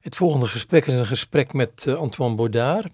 Het volgende gesprek is een gesprek met Antoine Baudard.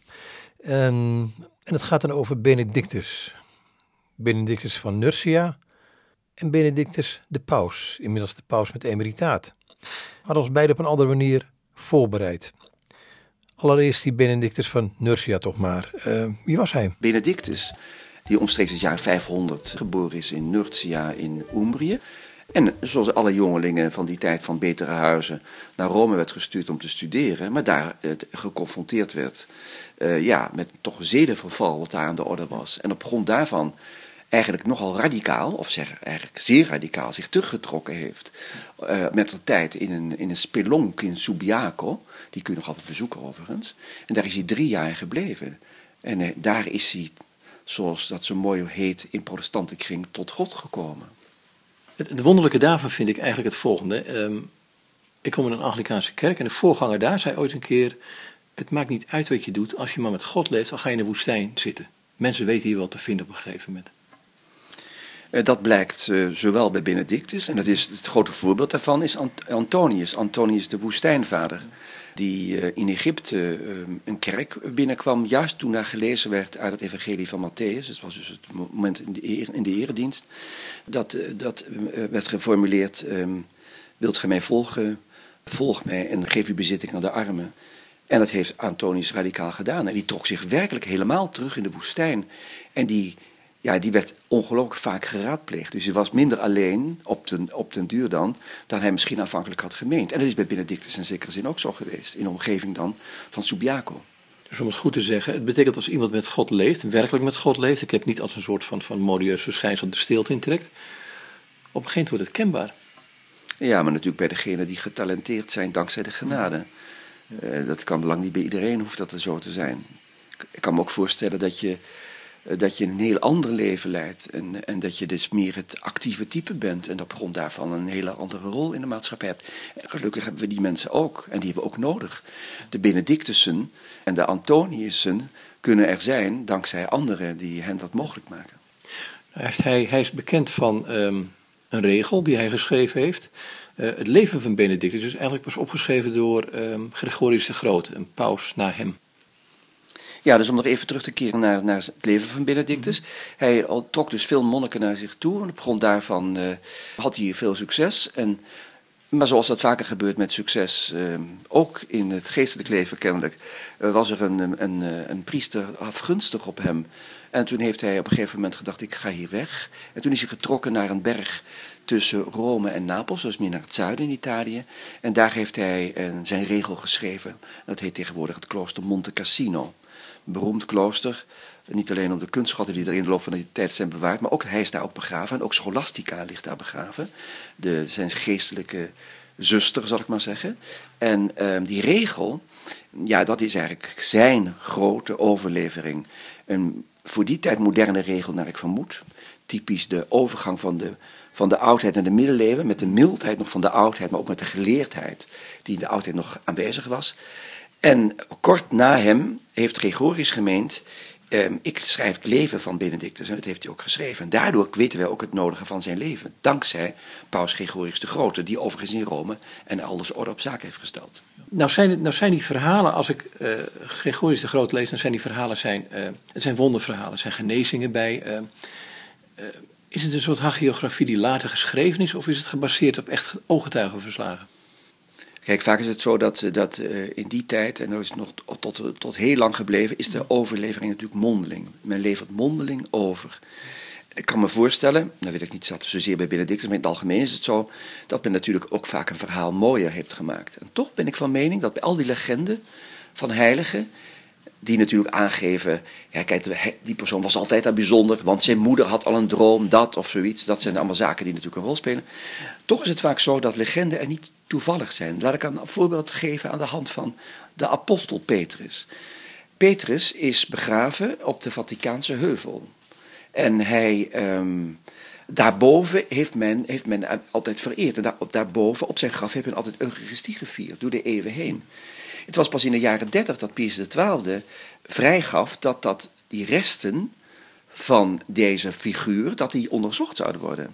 En het gaat dan over Benedictus. Benedictus van Nursia en Benedictus de paus. Inmiddels de paus met emeritaat. Hadden ons beide op een andere manier voorbereid. Allereerst die Benedictus van Nursia toch maar. Wie was hij? Benedictus, die omstreeks het jaar 500 geboren is in Nursia in Umbrië. En zoals alle jongelingen van die tijd van betere huizen naar Rome werd gestuurd om te studeren, maar daar geconfronteerd werd met toch zedenverval wat daar aan de orde was. En op grond daarvan eigenlijk nogal radicaal, of zeg eigenlijk zeer radicaal, zich teruggetrokken heeft met de tijd in een spelonk in Subiaco. Die kun je nog altijd bezoeken overigens. En daar is hij 3 jaar gebleven. En daar is hij, zoals dat zo mooi heet, in protestantenkring tot God gekomen. Het wonderlijke daarvan vind ik eigenlijk het volgende. Ik kom in een Anglikaanse kerk en de voorganger daar zei ooit een keer: het maakt niet uit wat je doet, als je maar met God leeft, dan ga je in de woestijn zitten. Mensen weten hier wel te vinden op een gegeven moment. Dat blijkt zowel bij Benedictus, en dat is het grote voorbeeld daarvan, is Antonius de woestijnvader. Die in Egypte een kerk binnenkwam, juist toen daar gelezen werd uit het evangelie van Matthäus. Het was dus het moment in de eredienst. Dat werd geformuleerd: wilt gij mij volgen? Volg mij en geef uw bezitting aan de armen. En dat heeft Antonius radicaal gedaan. En die trok zich werkelijk helemaal terug in de woestijn. En die werd ongelooflijk vaak geraadpleegd. Dus hij was minder alleen op den duur dan hij misschien aanvankelijk had gemeend. En dat is bij Benedictus in zekere zin ook zo geweest. In de omgeving dan van Subiaco. Dus om het goed te zeggen, het betekent als iemand met God leeft, werkelijk met God leeft. Ik heb niet als een soort van modieus verschijnsel de stilte intrekt. Op een gegeven moment wordt het kenbaar. Ja, maar natuurlijk bij degenen die getalenteerd zijn dankzij de genade. Dat kan lang niet bij iedereen, hoeft dat zo te zijn. Ik kan me ook voorstellen dat je een heel ander leven leidt. En dat je dus meer het actieve type bent. En op grond daarvan een hele andere rol in de maatschappij hebt. En gelukkig hebben we die mensen ook. En die hebben we ook nodig. De Benedictussen en de Antoniussen kunnen er zijn dankzij anderen die hen dat mogelijk maken. Hij is bekend van een regel die hij geschreven heeft. Het leven van Benedictus is eigenlijk pas opgeschreven door Gregorius de Grote, een paus na hem. Ja, dus om nog even terug te keren naar het leven van Benedictus. Hij trok dus veel monniken naar zich toe. En op grond daarvan had hij veel succes. Maar zoals dat vaker gebeurt met succes, ook in het geestelijk leven kennelijk, was er een priester afgunstig op hem. En toen heeft hij op een gegeven moment gedacht: ik ga hier weg. En toen is hij getrokken naar een berg tussen Rome en Napels, dus meer naar het zuiden in Italië. En daar heeft hij zijn regel geschreven. Dat heet tegenwoordig het klooster Monte Cassino. Een beroemd klooster, niet alleen om de kunstschatten die er in de loop van de tijd zijn bewaard, maar ook hij is daar ook begraven. En ook Scholastica ligt daar begraven, zijn geestelijke zuster, zal ik maar zeggen. En die regel, ja, dat is eigenlijk zijn grote overlevering. Een voor die tijd moderne regel, naar ik vermoed. Typisch de overgang van de oudheid naar de middeleeuwen, met de mildheid nog van de oudheid, maar ook met de geleerdheid die in de oudheid nog aanwezig was. En kort na hem heeft Gregorius gemeend: ik schrijf het leven van Benedictus. En dat heeft hij ook geschreven. En daardoor weten wij ook het nodige van zijn leven. Dankzij paus Gregorius de Grote, die overigens in Rome en alles orde op zaken heeft gesteld. Nou zijn die verhalen, als ik Gregorius de Grote lees, dan zijn die verhalen het zijn wonderverhalen, er zijn genezingen bij. Is het een soort hagiografie die later geschreven is, of is het gebaseerd op echt ooggetuigenverslagen? Kijk, vaak is het zo dat in die tijd, en dat is nog tot heel lang gebleven, is de overlevering natuurlijk mondeling. Men levert mondeling over. Ik kan me voorstellen, nou weet ik niet zozeer bij Benedictus, maar in het algemeen is het zo, dat men natuurlijk ook vaak een verhaal mooier heeft gemaakt. En toch ben ik van mening dat bij al die legenden van heiligen, die natuurlijk aangeven, ja, kijk, die persoon was altijd al bijzonder, want zijn moeder had al een droom, dat of zoiets. Dat zijn allemaal zaken die natuurlijk een rol spelen. Toch is het vaak zo dat legenden er niet toevallig zijn. Laat ik een voorbeeld geven aan de hand van de apostel Petrus. Petrus is begraven op de Vaticaanse heuvel. En daarboven heeft men altijd vereerd. En daarboven op zijn graf heeft men altijd Eucharistie gevierd, door de eeuwen heen. Het was pas in de jaren 30 dat Pius XII vrijgaf dat die resten van deze figuur, dat die onderzocht zouden worden.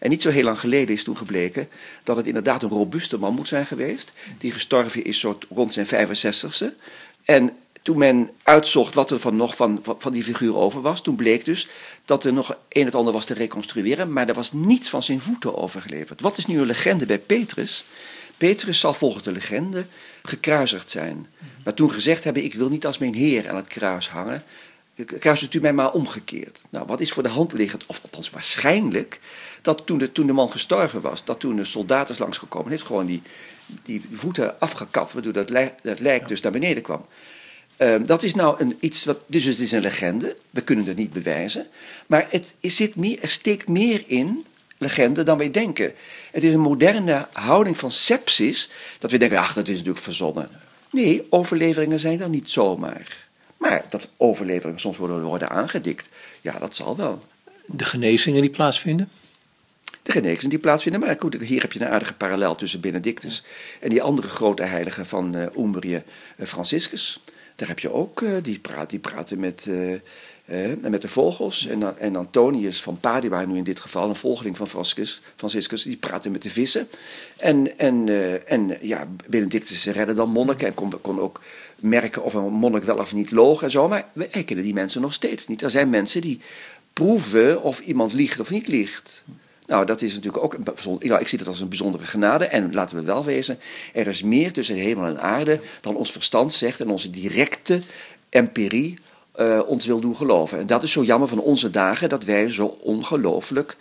En niet zo heel lang geleden is toen gebleken dat het inderdaad een robuuste man moet zijn geweest, die gestorven is zo rond zijn 65ste. En toen men uitzocht wat er nog van die figuur over was, toen bleek dus dat er nog een en het ander was te reconstrueren, maar er was niets van zijn voeten overgeleverd. Wat is nu een legende bij Petrus? Petrus zal volgens de legende gekruisigd zijn. Maar toen gezegd hebben, ik wil niet als mijn Heer aan het kruis hangen, kruist u mij maar omgekeerd. Nou, wat is voor de hand liggend, of althans waarschijnlijk, dat toen de man gestorven was, dat toen de soldaten langsgekomen heeft, gewoon die voeten afgekapt, waardoor dat lijk dus naar beneden kwam. Dat is nou iets wat. Dus het is een legende, we kunnen het niet bewijzen. Maar er steekt meer in legende dan wij denken. Het is een moderne houding van sepsis, dat we denken, ach, dat is natuurlijk verzonnen. Nee, overleveringen zijn er niet zomaar. Maar dat overleveringen soms worden aangedikt, ja, dat zal wel. De genezingen die plaatsvinden? De genezingen die plaatsvinden, maar goed, hier heb je een aardige parallel tussen Benedictus en die andere grote heilige van Umbrië, Franciscus. Daar heb je ook, die praten met de vogels. En Antonius van Padua, nu in dit geval, een volgeling van Franciscus, die praten met de vissen. En Benedictus redde dan monniken en kon ook merken of een monnik wel of niet loog en zo. Maar wij kennen die mensen nog steeds niet. Er zijn mensen die proeven of iemand liegt of niet liegt. Nou, dat is natuurlijk ook ik zie dat als een bijzondere genade. En laten we wel wezen, er is meer tussen hemel en aarde dan ons verstand zegt en onze directe empirie ons wil doen geloven. En dat is zo jammer van onze dagen, dat wij zo ongelooflijk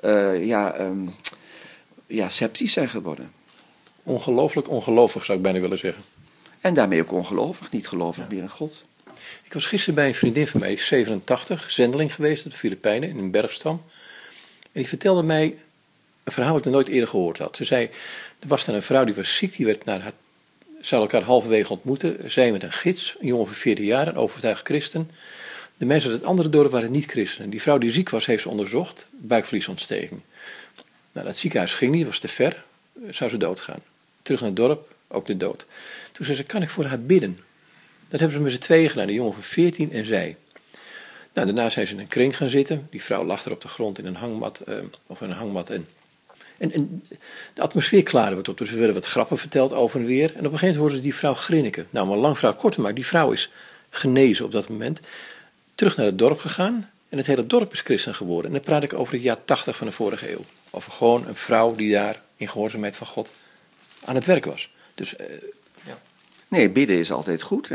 sceptisch zijn geworden. Ongelooflijk ongelovig, zou ik bijna willen zeggen. En daarmee ook ongelovig, niet gelovig meer in God. Ik was gisteren bij een vriendin van mij, 87, zendeling geweest op de Filipijnen in een bergstam. En die vertelde mij een verhaal dat ik nog nooit eerder gehoord had. Ze zei, er was dan een vrouw die was ziek, die werd zou elkaar halverwege ontmoeten. Zij met een gids, een jongen van 14 jaar, een overtuigd christen. De mensen uit het andere dorp waren niet christenen. Die vrouw die ziek was, heeft ze onderzocht, buikvliesontsteking. Nou, dat ziekenhuis ging niet, was te ver, zou ze doodgaan. Terug naar het dorp, ook de dood. Toen zei ze, kan ik voor haar bidden? Dat hebben ze met z'n tweeën gedaan, de jongen van 14 en zij. Nou, daarna zijn ze in een kring gaan zitten. Die vrouw lag er op de grond in een hangmat. En de atmosfeer klaarde wat op. Dus we werden wat grappen verteld over en weer. En op een gegeven moment hoorden ze die vrouw grinniken. Nou, maar lang verhaal kort te maken. Die vrouw is genezen op dat moment. Terug naar het dorp gegaan. En het hele dorp is christen geworden. En dan praat ik over het jaar 80 van de vorige eeuw. Over gewoon een vrouw die daar in gehoorzaamheid van God aan het werk was. Dus Nee, bidden is altijd goed.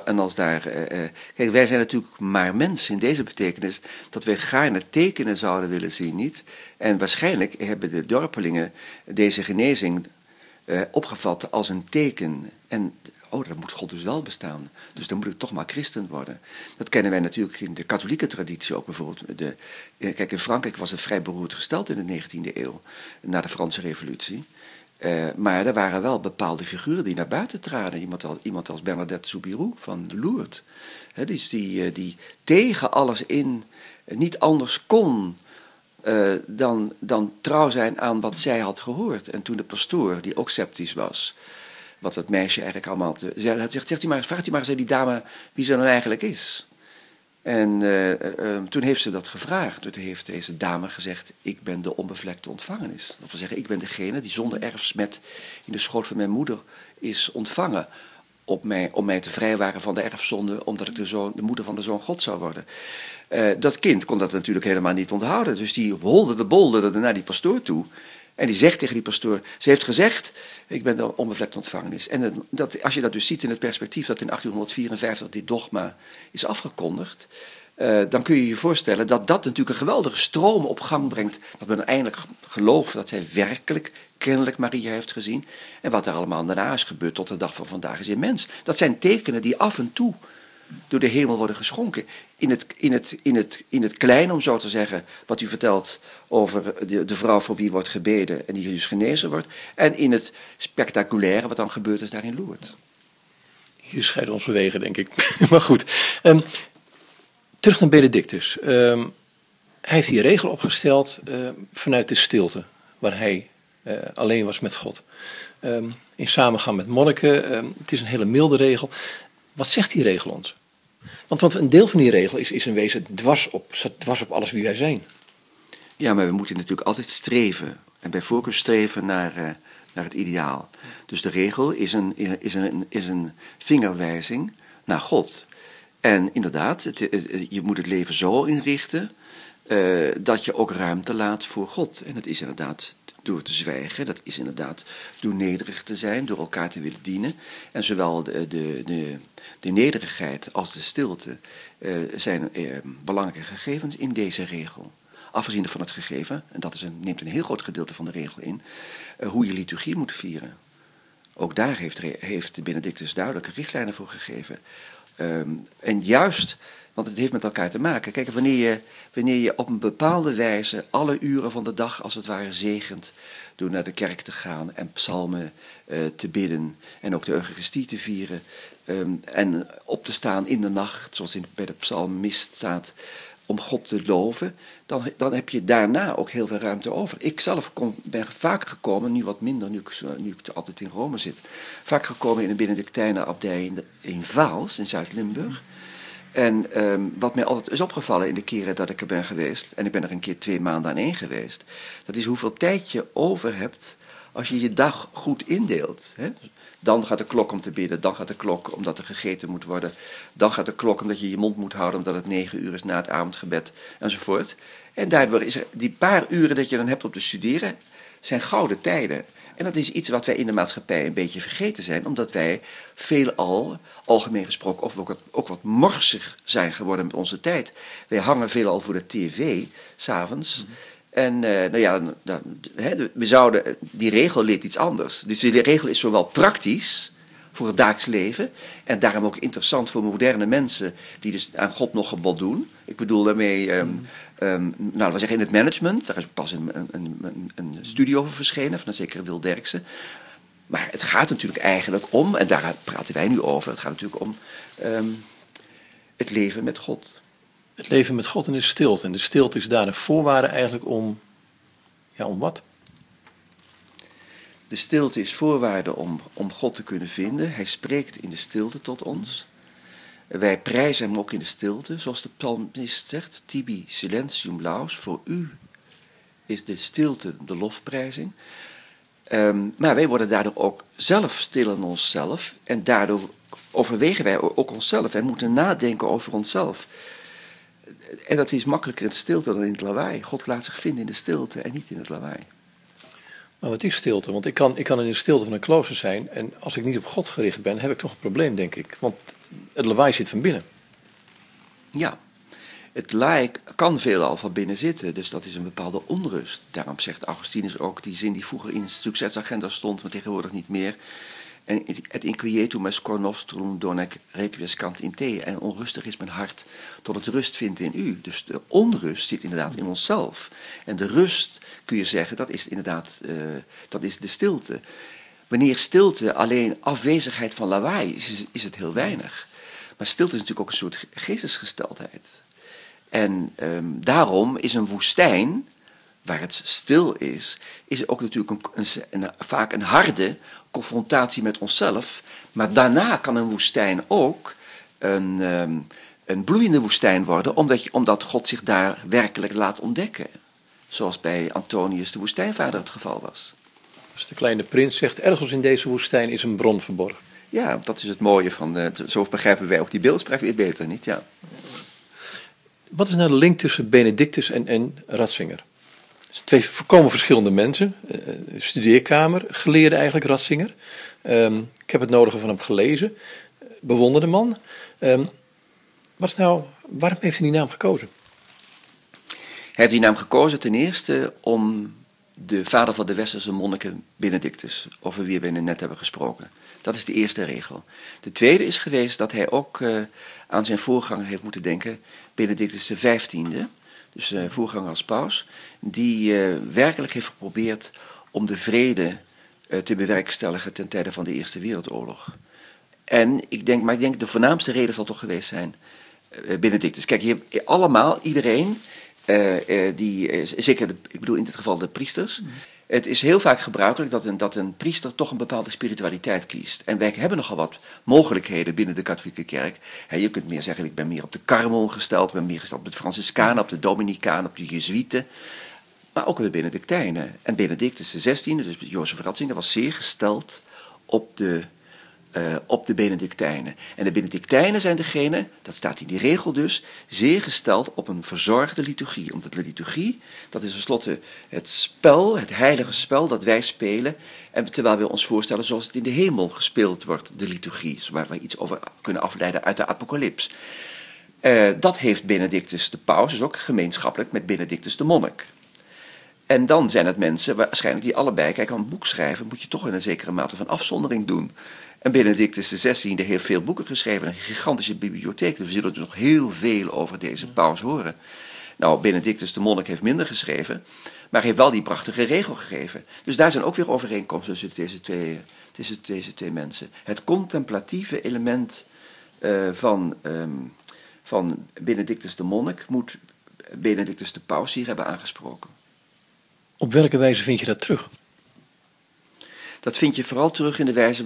Kijk, wij zijn natuurlijk maar mensen in deze betekenis, dat wij gaarne tekenen zouden willen zien, niet? En waarschijnlijk hebben de dorpelingen deze genezing opgevat als een teken. En, dan moet God dus wel bestaan. Dus dan moet ik toch maar christen worden. Dat kennen wij natuurlijk in de katholieke traditie ook bijvoorbeeld. Kijk, in Frankrijk was het vrij beroerd gesteld in de 19e eeuw, na de Franse Revolutie. Maar er waren wel bepaalde figuren die naar buiten traden. Iemand als Bernadette Soubirous van Lourdes. Dus die tegen alles in niet anders kon dan trouw zijn aan wat zij had gehoord. En toen de pastoor, die ook sceptisch was, wat dat meisje eigenlijk allemaal... Vraagt u maar eens aan die dame wie ze nou eigenlijk is. En toen heeft ze dat gevraagd. Toen heeft deze dame gezegd, ik ben de onbevlekte ontvangenis. Dat wil zeggen, ik ben degene die zonder erfsmet in de schoot van mijn moeder is ontvangen. Om mij te vrijwaren van de erfzonde, omdat ik de moeder van de Zoon God zou worden. Dat kind kon dat natuurlijk helemaal niet onthouden. Dus die bolderde naar die pastoor toe. En die zegt tegen die pastoor, ze heeft gezegd, ik ben de onbevlekte ontvangenis. En als je dat dus ziet in het perspectief dat in 1854 dit dogma is afgekondigd, dan kun je je voorstellen dat dat natuurlijk een geweldige stroom op gang brengt. Dat men eindelijk gelooft dat zij werkelijk, kennelijk Maria heeft gezien. En wat er allemaal daarna is gebeurd tot de dag van vandaag is immens. Dat zijn tekenen die af en toe door de hemel worden geschonken. In het klein, om zo te zeggen, wat u vertelt over de vrouw voor wie wordt gebeden en die dus genezen wordt. En in het spectaculaire wat dan gebeurd is daar in Lourdes. Hier scheiden onze wegen, denk ik. Maar goed. Terug naar Benedictus. Hij heeft die regel opgesteld vanuit de stilte, waar hij alleen was met God. In samengaan met monniken. Het is een hele milde regel. Wat zegt die regel ons? Want een deel van die regel is in wezen staat dwars op alles wie wij zijn. Ja, maar we moeten natuurlijk altijd streven. En bij voorkeur streven naar het ideaal. Dus de regel is een vingerwijzing naar God. En inderdaad, je moet het leven zo inrichten dat je ook ruimte laat voor God. En dat is inderdaad door te zwijgen, dat is inderdaad door nederig te zijn, door elkaar te willen dienen. En zowel de nederigheid als de stilte zijn belangrijke gegevens in deze regel. Afgezien van het gegeven, en dat neemt een heel groot gedeelte van de regel in, hoe je liturgie moet vieren. Ook daar heeft Benedictus duidelijke richtlijnen voor gegeven. En juist, want het heeft met elkaar te maken. Kijk, wanneer je op een bepaalde wijze alle uren van de dag als het ware zegent, door naar de kerk te gaan en psalmen te bidden en ook de Eucharistie te vieren en op te staan in de nacht, zoals bij de psalmist staat, om God te loven, dan heb je daarna ook heel veel ruimte over. Ik zelf ben vaak gekomen, nu wat minder, nu ik altijd in Rome zit, vaak gekomen in een Benedictijnenabdij in Vaals, in Zuid-Limburg. En wat mij altijd is opgevallen in de keren dat ik er ben geweest, en ik ben er een keer 2 maanden aan één geweest, dat is hoeveel tijd je over hebt als je je dag goed indeelt. Hè? Dan gaat de klok om te bidden, dan gaat de klok omdat er gegeten moet worden, dan gaat de klok omdat je je mond moet houden omdat het 9 uur is na het avondgebed enzovoort. En daardoor is er die paar uren dat je dan hebt om te studeren, zijn gouden tijden. En dat is iets wat wij in de maatschappij een beetje vergeten zijn, omdat wij veelal, algemeen gesproken, ook wat morsig zijn geworden met onze tijd. Wij hangen veelal voor de tv, 's avonds. En die regel leert iets anders. Dus die regel is zowel praktisch voor het dagelijks leven en daarom ook interessant voor moderne mensen die dus aan God nog gebod doen. Ik bedoel daarmee, we zeggen in het management, daar is pas een studie over verschenen van een zekere Wil Derksen. Maar het gaat natuurlijk eigenlijk om, en daar praten wij nu over, het gaat natuurlijk om het leven met God. Het leven met God in de stilte. En de stilte is daar een voorwaarde eigenlijk om wat? De stilte is voorwaarde om God te kunnen vinden. Hij spreekt in de stilte tot ons. Wij prijzen hem ook in de stilte, zoals de psalmist zegt. Tibi silentium laus, voor u is de stilte de lofprijzing. Maar wij worden daardoor ook zelf stil in onszelf. En daardoor overwegen wij ook onszelf en moeten nadenken over onszelf. En dat is makkelijker in de stilte dan in het lawaai. God laat zich vinden in de stilte en niet in het lawaai. Maar wat is stilte? Want ik kan in de stilte van een klooster zijn en als ik niet op God gericht ben, heb ik toch een probleem, denk ik. Want het lawaai zit van binnen. Ja, het lawaai kan veelal van binnen zitten, dus dat is een bepaalde onrust. Daarom zegt Augustinus ook, die zin die vroeger in de succesagenda stond, maar tegenwoordig niet meer. En het inquietum est cor nostrum donec requiescant in te. En onrustig is mijn hart tot het rust vindt in u. Dus de onrust zit inderdaad in onszelf. En de rust, kun je zeggen, dat is inderdaad dat is de stilte. Wanneer stilte alleen afwezigheid van lawaai is het heel weinig. Maar stilte is natuurlijk ook een soort geestesgesteldheid. En daarom is een woestijn, waar het stil is ook natuurlijk vaak een harde confrontatie met onszelf. Maar daarna kan een woestijn ook een bloeiende woestijn worden, omdat God zich daar werkelijk laat ontdekken. Zoals bij Antonius de woestijnvader het geval was. Als de kleine prins zegt, ergens in deze woestijn is een bron verborgen. Ja, dat is het mooie van, zo begrijpen wij ook die beeldspraak weer beter, niet? Ja. Wat is nou de link tussen Benedictus en Ratzinger? Het zijn 2 volkomen verschillende mensen. Studeerkamer, geleerde eigenlijk, Ratzinger. Ik heb het nodige van hem gelezen. Bewonderde man. Waarom heeft hij die naam gekozen? Hij heeft die naam gekozen ten eerste om de vader van de Westerse monniken, Benedictus, over wie we net hebben gesproken. Dat is de eerste regel. De tweede is geweest dat hij ook aan zijn voorganger heeft moeten denken, Benedictus XV, dus voorganger als paus, die werkelijk heeft geprobeerd om de vrede te bewerkstelligen ten tijde van de Eerste Wereldoorlog. En ik denk de voornaamste reden zal toch geweest zijn Benedictus. Kijk, je hebt allemaal, iedereen, zeker ik bedoel in dit geval de priesters. Het is heel vaak gebruikelijk dat een priester toch een bepaalde spiritualiteit kiest. En wij hebben nogal wat mogelijkheden binnen de katholieke kerk. Je kunt meer zeggen, ik ben meer op de Karmel gesteld, ik ben meer gesteld op de Franciscanen, op de Dominicanen, op de Jezuïeten. maar ook de Benedictijnen. En Benedictus XVI, dus Jozef Ratzinger, was zeer gesteld op de Benedictijnen. En de Benedictijnen zijn degene, dat staat in die regel dus, zeer gesteld op een verzorgde liturgie. Omdat de liturgie, dat is tenslotte het spel, het heilige spel dat wij spelen. En terwijl we ons voorstellen zoals het in de hemel gespeeld wordt, de liturgie. Waar we iets over kunnen afleiden uit de apocalyps. Dat heeft Benedictus de paus, dus ook gemeenschappelijk met Benedictus de monnik. En dan zijn het mensen waarschijnlijk die allebei, kijk, aan een boek schrijven moet je toch in een zekere mate van afzondering doen. En Benedictus XVI heeft veel boeken geschreven, een gigantische bibliotheek, dus we zullen er nog heel veel over deze paus horen. Nou, Benedictus de monnik heeft minder geschreven, maar heeft wel die prachtige regel gegeven. Dus daar zijn ook weer overeenkomsten tussen deze twee mensen. Het contemplatieve element van Benedictus de monnik moet Benedictus de paus hier hebben aangesproken. Op welke wijze vind je dat terug? Dat vind je vooral terug in de wijze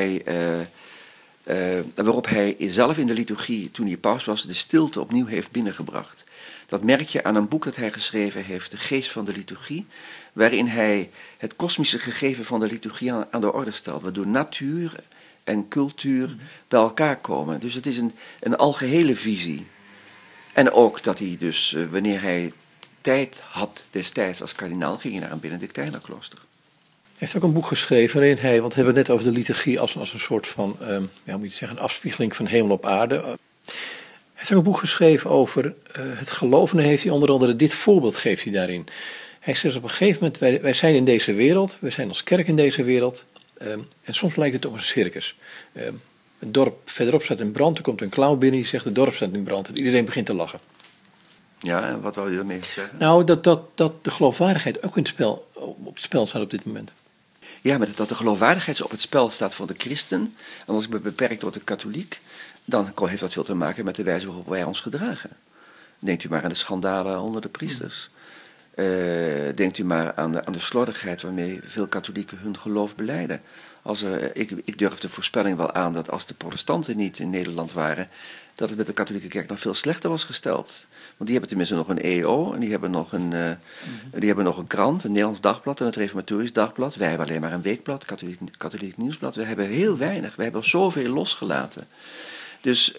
waarop hij zelf in de liturgie, toen hij paus was, de stilte opnieuw heeft binnengebracht. Dat merk je aan een boek dat hij geschreven heeft, De Geest van de Liturgie, waarin hij het kosmische gegeven van de liturgie aan de orde stelt, waardoor natuur en cultuur bij elkaar komen. Dus het is een algehele visie. En ook dat hij dus, wanneer hij tijd had destijds als kardinaal, ging hij naar een Benedictijnerklooster. Hij heeft ook een boek geschreven waarin hij, want we hebben het net over de liturgie als een soort van, hoe moet je het zeggen, een afspiegeling van hemel op aarde. Hij heeft ook een boek geschreven over het geloof en heeft hij onder andere dit voorbeeld geeft hij daarin. Hij zegt op een gegeven moment, wij zijn in deze wereld, wij zijn als kerk in deze wereld en soms lijkt het op een circus. Het dorp verderop staat in brand, er komt een clown binnen die zegt het dorp staat in brand en iedereen begint te lachen. Ja, en wat wil je ermee zeggen? Nou, dat de geloofwaardigheid ook op het spel staat op dit moment. Ja, maar dat de geloofwaardigheid op het spel staat van de christen. En als ik me beperk tot de katholiek, dan heeft dat veel te maken met de wijze waarop wij ons gedragen. Denkt u maar aan de schandalen onder de priesters. Denkt u maar aan de slordigheid waarmee veel katholieken hun geloof belijden. Ik durf de voorspelling wel aan dat als de protestanten niet in Nederland waren, dat het met de katholieke kerk nog veel slechter was gesteld. Want die hebben tenminste nog een EO en die hebben nog een krant, een Nederlands dagblad en het Reformatorisch dagblad. Wij hebben alleen maar een weekblad, katholiek nieuwsblad. We hebben heel weinig, we hebben zoveel losgelaten. Dus,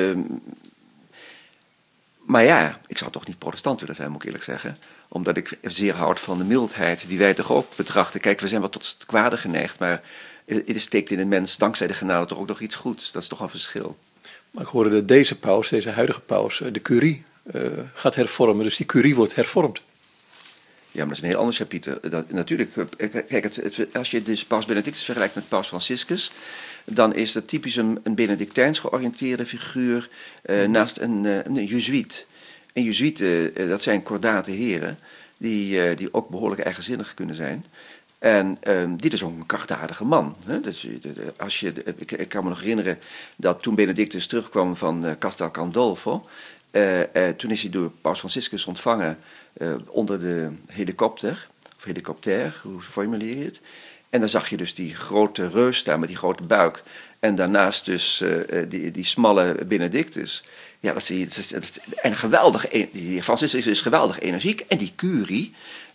maar ja, ik zou toch niet protestant willen zijn, moet ik eerlijk zeggen. Omdat ik zeer houd van de mildheid die wij toch ook betrachten. Kijk, we zijn wel tot het kwade geneigd, maar het steekt in een mens dankzij de genade toch ook nog iets goeds. Dat is toch een verschil. Maar ik hoorde dat deze paus, deze huidige paus, de curie gaat hervormen. Dus die curie wordt hervormd. Ja, maar dat is een heel ander chapitre. Natuurlijk, kijk, als je dus paus Benedictus vergelijkt met paus Franciscus, dan is dat typisch een Benedictijns georiënteerde figuur naast een jezuïet. En jezuïeten, dat zijn kordate heren, die ook behoorlijk eigenzinnig kunnen zijn. En dit is ook een krachtdadige man. Hè? Dus, ik kan me nog herinneren dat toen Benedictus terugkwam van Castel Gandolfo, toen is hij door paus Franciscus ontvangen onder de helikopter, hoe formuleer je het? En dan zag je dus die grote reus staan met die grote buik. En daarnaast dus die smalle Benedictus. Ja, en geweldig. Die Franciscus is geweldig energiek. En die curie,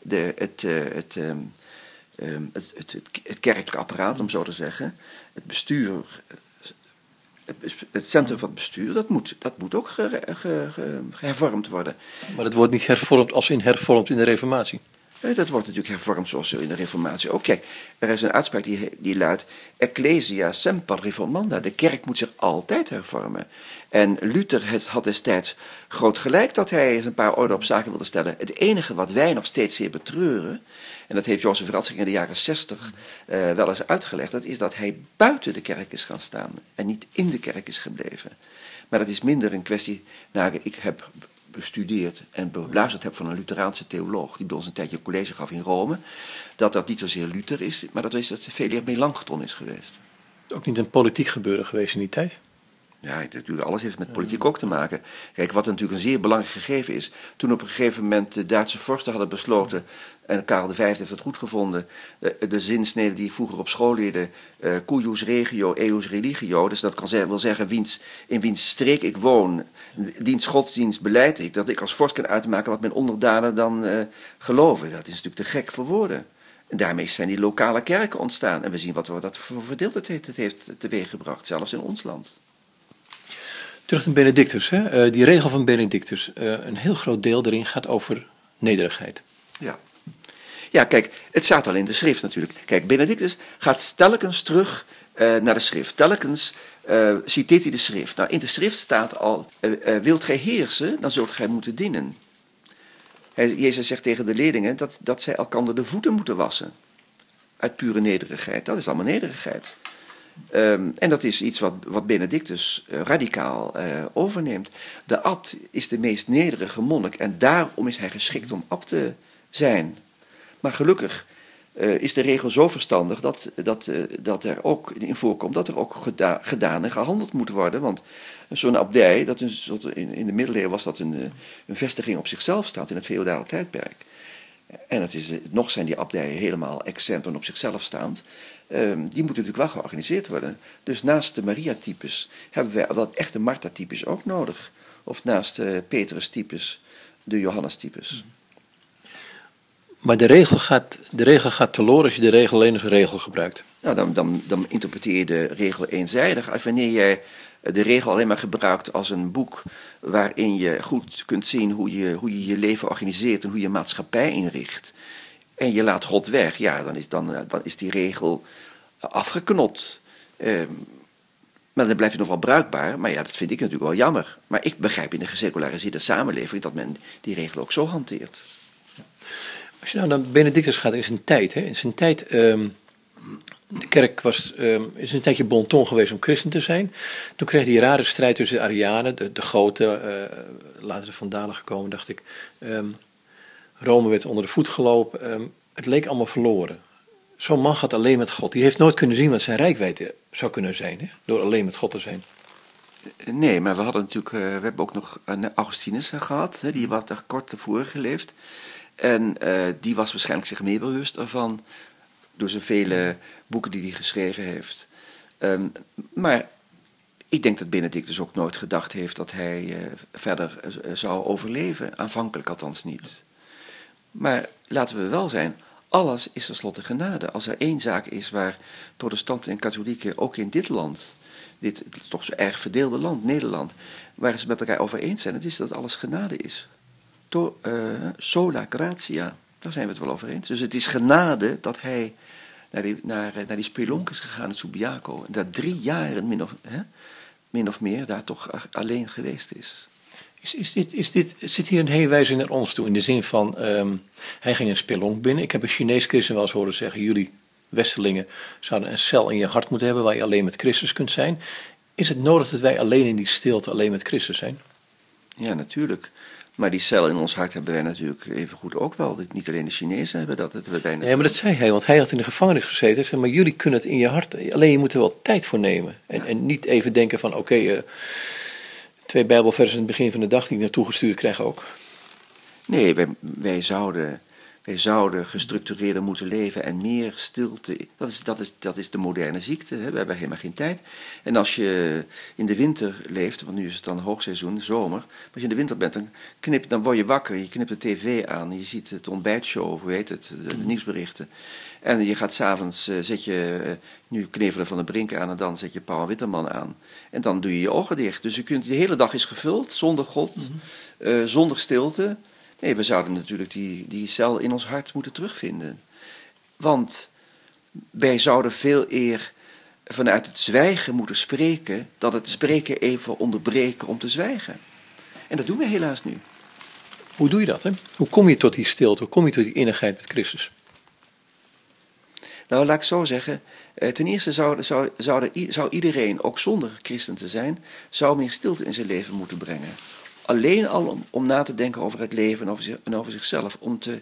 het kerkelijk apparaat, om zo te zeggen, het bestuur, het centrum van het bestuur, dat moet ook hervormd worden. Maar dat wordt niet hervormd als in hervormd in de Reformatie. Dat wordt natuurlijk hervormd zoals in de Reformatie ook. Kijk, er is een uitspraak die luidt: Ecclesia semper reformanda. De kerk moet zich altijd hervormen. En Luther had destijds groot gelijk dat hij eens een paar orde op zaken wilde stellen. Het enige wat wij nog steeds zeer betreuren, en dat heeft Jozef Ratzinger in de jaren 60 wel eens uitgelegd, dat is dat hij buiten de kerk is gaan staan en niet in de kerk is gebleven. Maar dat is minder een kwestie. Ik heb bestudeerd en beluisterd heb van een Lutheraanse theoloog die bij ons een tijdje college gaf in Rome, dat niet zozeer Luther is, maar dat het veel meer Melanchthon is geweest. Ook niet een politiek gebeuren geweest in die tijd? Ja, natuurlijk, alles heeft met politiek ook te maken. Kijk, wat natuurlijk een zeer belangrijk gegeven is. Toen op een gegeven moment de Duitse vorsten hadden besloten, en Karel V heeft het goed gevonden, de zinsnede die ik vroeger op school leerde, cuius regio, eius religio, dus dat wil zeggen, in wiens streek ik woon, diens godsdienst beleid ik, dat ik als vorst kan uitmaken wat mijn onderdanen dan geloven. Dat is natuurlijk te gek voor woorden. En daarmee zijn die lokale kerken ontstaan. En we zien wat dat voor verdeeldheid het heeft teweeggebracht, zelfs in ons land. Terug naar Benedictus. Hè? Die regel van Benedictus. Een heel groot deel erin gaat over nederigheid. Ja, kijk, het staat al in de schrift natuurlijk. Kijk, Benedictus gaat telkens terug naar de schrift. Telkens citeert hij de schrift. Nou, in de schrift staat al, wilt gij heersen, dan zult gij moeten dienen. Jezus zegt tegen de leerlingen dat zij elkander de voeten moeten wassen. Uit pure nederigheid. Dat is allemaal nederigheid. En dat is iets wat Benedictus radicaal overneemt. De abt is de meest nederige monnik en daarom is hij geschikt om abt te zijn. Maar gelukkig is de regel zo verstandig dat er ook in voorkomt dat er ook gedaan en gehandeld moet worden. Want zo'n abdij, in de middeleeuwen was dat een vestiging op zichzelf staat in het feodale tijdperk. En nog zijn die abdijen helemaal exempt en op zichzelf staand. Die moeten natuurlijk wel georganiseerd worden. Dus naast de Maria-types hebben wij dat echte Martha-types ook nodig. Of naast de Petrus-types, de Johannes-types. Maar de regel gaat teloor als je de regel alleen als regel gebruikt. Nou, dan interpreteer je de regel eenzijdig. Als wanneer jij de regel alleen maar gebruikt als een boek waarin je goed kunt zien hoe je leven organiseert en hoe je maatschappij inricht. En je laat God weg, ja, dan is die regel afgeknot. Maar dan blijft het nog wel bruikbaar. Maar ja, dat vind ik natuurlijk wel jammer. Maar ik begrijp in een geseculariseerde samenleving dat men die regel ook zo hanteert. Als je nou naar Benedictus gaat in zijn tijd. Hè? In zijn tijd, de kerk is een tijdje bon ton geweest om christen te zijn. Toen kreeg die rare strijd tussen de Arianen, de Goten, later de Vandalen gekomen, dacht ik. Rome werd onder de voet gelopen. Het leek allemaal verloren. Zo'n man gaat alleen met God. Die heeft nooit kunnen zien wat zijn reikwijdte zou kunnen zijn. Hè? Door alleen met God te zijn. Nee, maar we hebben ook nog Augustinus gehad. Hè? Die wat er kort tevoren geleefd. En die was waarschijnlijk zich meer bewust ervan door zijn vele boeken die hij geschreven heeft. Maar ik denk dat Benedictus ook nooit gedacht heeft dat hij verder zou overleven. Aanvankelijk althans niet. Maar laten we wel zijn, alles is tenslotte genade. Als er één zaak is waar protestanten en katholieken, ook in dit land, dit toch zo erg verdeelde land, Nederland, waar ze met elkaar over eens zijn, het is dat alles genade is. Sola gratia, daar zijn we het wel over eens. Dus het is genade dat hij naar die spelonk is gegaan in Subiaco. En daar 3 jaar min of meer daar toch alleen geweest is. Zit hier een heenwijzing naar ons toe? In de zin van, hij ging een spelonk binnen. Ik heb een Chinees christen wel eens horen zeggen, jullie Westerlingen zouden een cel in je hart moeten hebben waar je alleen met Christus kunt zijn. Is het nodig dat wij alleen in die stilte alleen met Christus zijn? Ja, natuurlijk. Maar die cel in ons hart hebben wij natuurlijk even goed ook wel. Niet alleen de Chinezen hebben dat. Nee, maar dat zei hij, want hij had in de gevangenis gezeten. Hij zei, maar jullie kunnen het in je hart, alleen je moet er wel tijd voor nemen. En niet even denken van, oké, 2 Bijbelversen in het begin van de dag die ik naartoe gestuurd krijg ook. Nee, wij zouden gestructureerder moeten leven en meer stilte. Dat is de moderne ziekte. Hè? We hebben helemaal geen tijd. En als je in de winter leeft, want nu is het dan hoogseizoen, zomer. Maar als je in de winter bent, dan word je wakker. Je knipt de tv aan, je ziet het ontbijtshow, hoe heet het, de nieuwsberichten. En je gaat 's avonds, zet je nu Knevelen van de Brink aan en dan zet je Paul Witteman aan. En dan doe je je ogen dicht. Dus de hele dag is gevuld, zonder God, zonder stilte. Nee, we zouden natuurlijk die cel in ons hart moeten terugvinden. Want wij zouden veel eer vanuit het zwijgen moeten spreken, dan het spreken even onderbreken om te zwijgen. En dat doen we helaas nu. Hoe doe je dat? Hè? Hoe kom je tot die stilte? Hoe kom je tot die innigheid met Christus? Nou, laat ik zo zeggen. Ten eerste zou iedereen, ook zonder christen te zijn, zou meer stilte in zijn leven moeten brengen. Alleen al om na te denken over het leven en over zichzelf, om te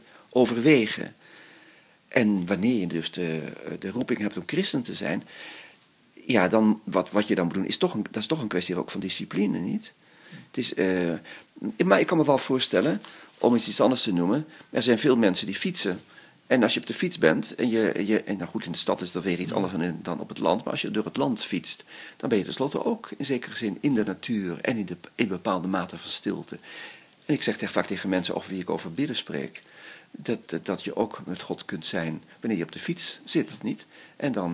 overwegen. En wanneer je dus de roeping hebt om christen te zijn, ja, dan, wat je dan moet doen, dat is toch een kwestie ook van discipline, niet? Het is, maar ik kan me wel voorstellen, om iets anders te noemen, er zijn veel mensen die fietsen. En als je op de fiets bent, en nou goed, in de stad is dat weer iets anders dan op het land, maar als je door het land fietst, dan ben je tenslotte ook in zekere zin in de natuur en in een bepaalde mate van stilte. En ik zeg vaak tegen mensen over wie ik over bidden spreek, dat je ook met God kunt zijn wanneer je op de fiets zit, niet? En dan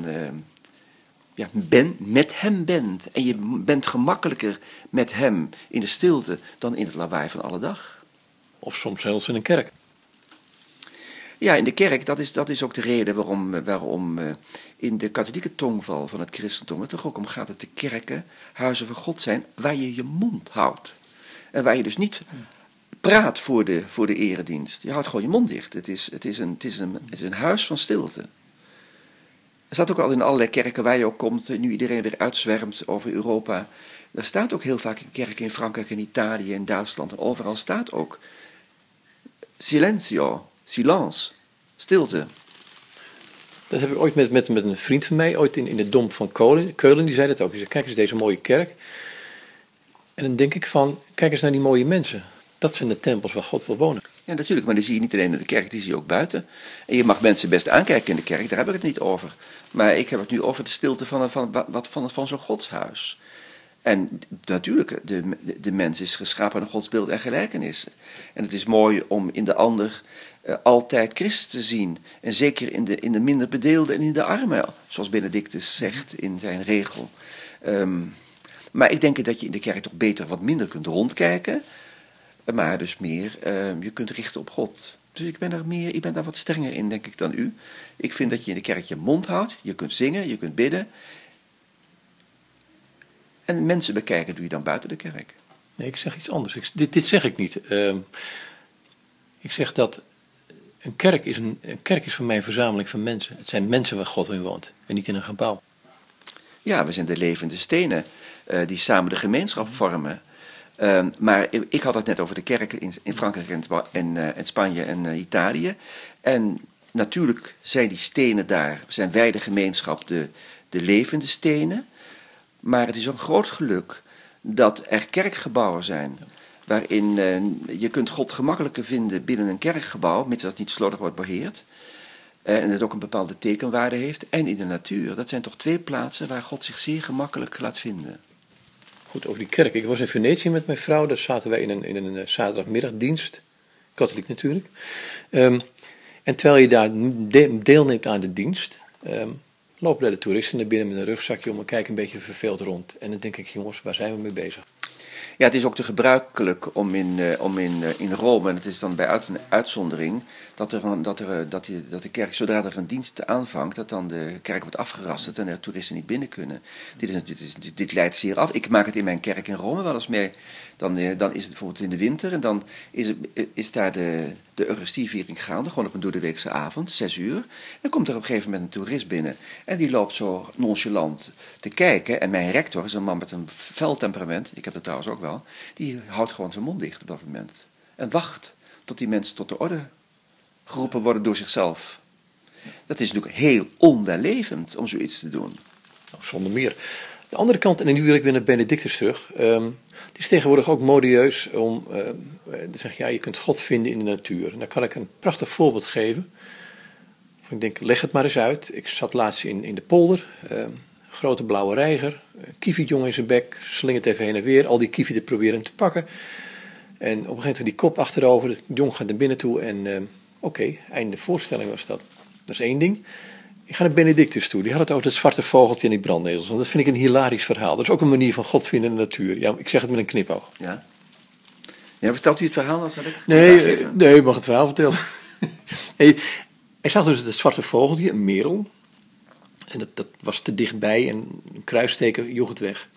met hem bent. En je bent gemakkelijker met hem in de stilte dan in het lawaai van alle dag. Of soms zelfs in een kerk. Ja, in de kerk, dat is ook de reden waarom in de katholieke tongval van het christendom het toch ook om gaat dat de kerken huizen van God zijn waar je je mond houdt. En waar je dus niet praat voor de eredienst. Je houdt gewoon je mond dicht. Het is een huis van stilte. Er staat ook al in allerlei kerken waar je ook komt, nu iedereen weer uitzwermt over Europa. Er staat ook heel vaak in kerken in Frankrijk en Italië en Duitsland. En overal staat ook silenzio, silence, stilte. Dat heb ik ooit met een vriend van mij, ooit in de Dom van Keulen, die zei dat ook. Die zei, kijk eens deze mooie kerk. En dan denk ik van, kijk eens naar die mooie mensen. Dat zijn de tempels waar God wil wonen. Ja, natuurlijk, maar die zie je niet alleen in de kerk, die zie je ook buiten. En je mag mensen best aankijken in de kerk, daar heb ik het niet over. Maar ik heb het nu over de stilte van zo'n godshuis. En natuurlijk, de mens is geschapen naar Gods beeld en gelijkenis. En het is mooi om in de ander altijd Christus te zien. En zeker in de minder bedeelden en in de armen, zoals Benedictus zegt in zijn regel. Maar ik denk dat je in de kerk toch beter wat minder kunt rondkijken. Maar dus meer, je kunt richten op God. Dus ik ben daar wat strenger in, denk ik, dan u. Ik vind dat je in de kerk je mond houdt. Je kunt zingen, je kunt bidden. En mensen bekijken doe je dan buiten de kerk. Nee, ik zeg iets anders. Dit zeg ik niet. Ik zeg dat een kerk is voor mij een verzameling van mensen. Het zijn mensen waar God in woont en niet in een gebouw. Ja, we zijn de levende stenen die samen de gemeenschap vormen. Maar ik had het net over de kerken in Frankrijk en Spanje en Italië. En natuurlijk zijn die stenen daar, zijn wij de gemeenschap de levende stenen. Maar het is een groot geluk dat er kerkgebouwen zijn waarin je kunt God gemakkelijker vinden binnen een kerkgebouw, mits dat niet slordig wordt beheerd. En het ook een bepaalde tekenwaarde heeft. En in de natuur. Dat zijn toch twee plaatsen waar God zich zeer gemakkelijk laat vinden. Goed, over die kerk. Ik was in Venetië met mijn vrouw. Daar zaten wij in een zaterdagmiddagdienst. Katholiek natuurlijk. En terwijl je daar deelneemt aan de dienst, lopen daar de toeristen naar binnen met een rugzakje om en kijken een beetje verveeld rond. En dan denk ik, jongens, waar zijn we mee bezig? Ja, het is ook te gebruikelijk om in Rome, en het is dan bij uitzondering, dat de kerk, zodra er een dienst aanvangt, dat dan de kerk wordt afgerasterd en de toeristen niet binnen kunnen. Dit leidt zeer af. Ik maak het in mijn kerk in Rome wel eens mee. Dan is het bijvoorbeeld in de winter en dan is daar de Eucharistieviering gaande, gewoon op een doordeweekse avond, 6 uur. En dan komt er op een gegeven moment een toerist binnen en die loopt zo nonchalant te kijken. En mijn rector is een man met een fel temperament, ik heb dat trouwens ook wel, die houdt gewoon zijn mond dicht op dat moment. En wacht tot die mensen tot de orde geroepen worden door zichzelf. Dat is natuurlijk heel onwellevend om zoiets te doen. Nou, zonder meer. De andere kant, en nu wil ik weer naar Benedictus terug. Het is tegenwoordig ook modieus om te zeggen, ja, je kunt God vinden in de natuur. En daar kan ik een prachtig voorbeeld geven. Ik denk, leg het maar eens uit. Ik zat laatst in de polder. Grote blauwe reiger. Kievietjong in zijn bek. Slingert even heen en weer. Al die kievieten proberen te pakken. En op een gegeven moment die kop achterover. Het jong gaat naar binnen toe. En oké, einde voorstelling was dat. Dat is één ding. Ik ga naar Benedictus toe. Die had het over het zwarte vogeltje en die brandnetels. Want dat vind ik een hilarisch verhaal. Dat is ook een manier van God vinden in de natuur. Ja, ik zeg het met een knipoog. Ja. Ja, vertelt u het verhaal? Als ik nee, ik mag het verhaal vertellen. Hij zag dus het zwarte vogeltje, een merel. En dat was te dichtbij en een kruisteken joeg het weg.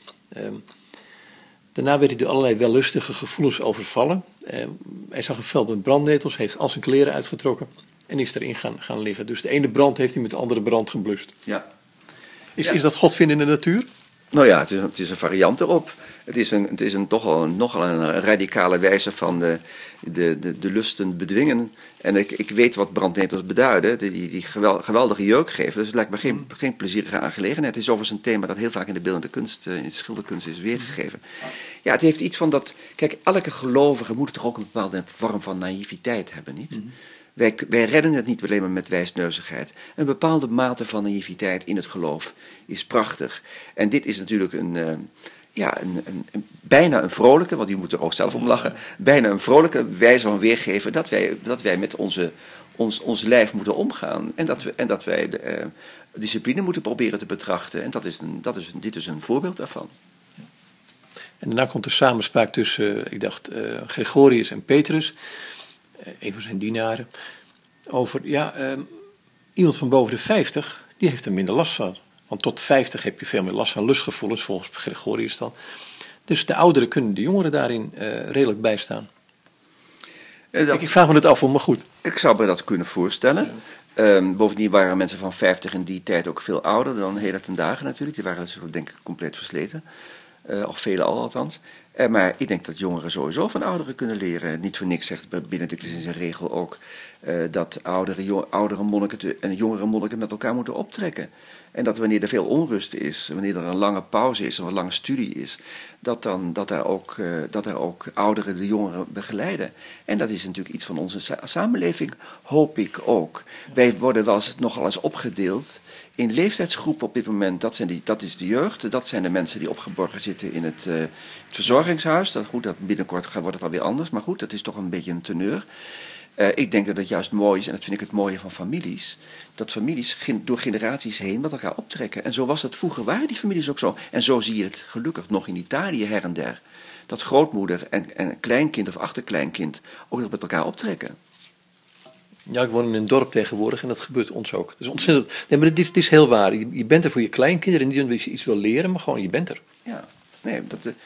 Daarna werd hij door allerlei wellustige gevoelens overvallen. Hij zag een veld met brandnetels, heeft al zijn kleren uitgetrokken en is erin gaan liggen. Dus de ene brand heeft hij met de andere brand geblust. Ja. Is dat God vinden in de natuur? Nou ja, het is een variant erop. Het is nogal een radicale wijze van de lusten bedwingen. En ik weet wat brandnetels beduiden, die geweldige jeuk geven. Dus het lijkt me geen plezierige aangelegenheid. Het is overigens een thema dat heel vaak in de beeldende kunst, in de schilderkunst is weergegeven. Ja, het heeft iets van dat... Kijk, elke gelovige moet toch ook een bepaalde vorm van naïviteit hebben, niet? Mm-hmm. Wij redden het niet alleen maar met wijsneuzigheid. Een bepaalde mate van naïviteit in het geloof is prachtig. En dit is natuurlijk bijna een vrolijke, want u moet er ook zelf om lachen, bijna een vrolijke wijze van weergeven dat wij met ons lijf moeten omgaan. En dat wij de discipline moeten proberen te betrachten. En dit is een voorbeeld daarvan. En daarna komt de samenspraak tussen, Gregorius en Petrus, een van zijn dienaren, over, iemand van boven de 50, die heeft er minder last van. Want tot 50 heb je veel meer last van lustgevoelens, volgens Gregorius dan. Dus de ouderen kunnen de jongeren daarin redelijk bijstaan. Ik vraag me het af, maar goed. Ik zou me dat kunnen voorstellen. Bovendien waren mensen van 50 in die tijd ook veel ouder dan heden ten dagen natuurlijk. Die waren dus denk ik compleet versleten. Of velen al althans. Maar ik denk dat jongeren sowieso van ouderen kunnen leren. Niet voor niks zegt Benedictus in zijn regel ook dat oudere monniken en jongere monniken met elkaar moeten optrekken. En dat wanneer er veel onrust is, wanneer er een lange pauze is of een lange studie is, dat er ook ouderen de jongeren begeleiden. En dat is natuurlijk iets van onze samenleving, hoop ik ook. Wij worden nogal eens opgedeeld in leeftijdsgroepen op dit moment. Dat is de jeugd, dat zijn de mensen die opgeborgen zitten in het verzorgingshuis. Dat binnenkort wordt het wel weer anders, maar goed, dat is toch een beetje een teneur. Ik denk dat het juist mooi is, en dat vind ik het mooie van families, dat families door generaties heen met elkaar optrekken. En zo was het vroeger, waren die families ook zo. En zo zie je het gelukkig nog in Italië her en der. Dat grootmoeder en kleinkind of achterkleinkind ook nog met elkaar optrekken. Ja, ik woon in een dorp tegenwoordig en dat gebeurt ons ook. Dat is ontzettend. Nee, maar het is heel waar. Je bent er voor je kleinkinderen, niet omdat je iets wil leren, maar gewoon je bent er. Ja, nee,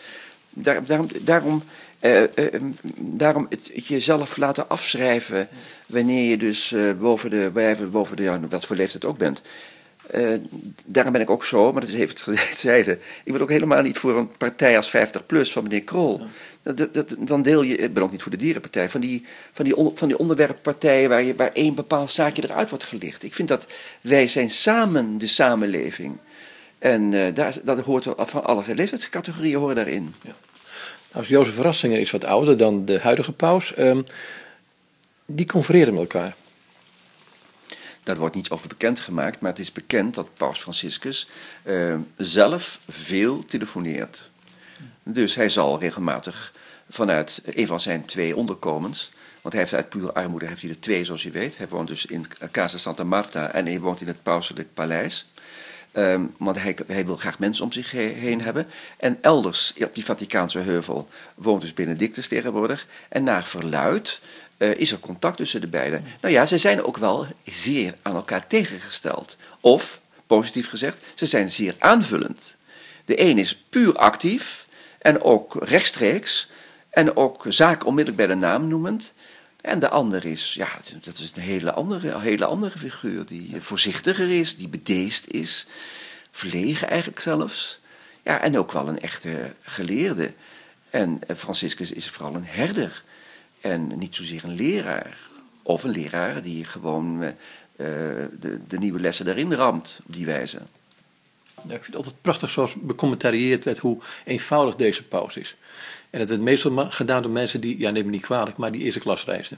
daarom het jezelf laten afschrijven wanneer je dus boven de wat voor leeftijd ook bent. Daarom ben ik ook zo, maar dat is even het zeiden. Ik ben ook helemaal niet voor een partij als 50PLUS van meneer Krol. Dan deel je, ik ben ook niet voor de dierenpartij, van die onderwerppartijen waar één bepaald zaakje eruit wordt gelicht. Ik vind dat wij zijn samen de samenleving. En dat hoort van alle leeftijdscategorieën horen daarin. Ja. Nou, Jozef Ratzinger is wat ouder dan de huidige paus. Die confereren met elkaar. Daar wordt niets over bekendgemaakt, maar het is bekend dat paus Franciscus zelf veel telefoneert. Dus hij zal regelmatig vanuit een van zijn 2 onderkomens, want hij heeft uit pure armoede heeft hij er 2 zoals je weet. Hij woont dus in Casa Santa Marta en hij woont in het pauselijk paleis. Want hij wil graag mensen om zich heen hebben. En elders op die Vaticaanse heuvel woont dus Benedictus tegenwoordig. En naar verluidt is er contact tussen de beiden. Nou ja, ze zijn ook wel zeer aan elkaar tegengesteld. Of, positief gezegd, ze zijn zeer aanvullend. De een is puur actief en ook rechtstreeks. En ook zaken onmiddellijk bij de naam noemend. En de ander is, dat is een hele andere figuur. Die voorzichtiger is, die bedeesd is. Verlegen eigenlijk zelfs. Ja, en ook wel een echte geleerde. En Franciscus is vooral een herder. En niet zozeer een leraar. Of een leraar die gewoon de nieuwe lessen daarin ramt op die wijze. Ja, ik vind het altijd prachtig zoals becommentarieerd werd hoe eenvoudig deze paus is. En het werd meestal gedaan door mensen die, neem me niet kwalijk, maar die eerste klas reisden.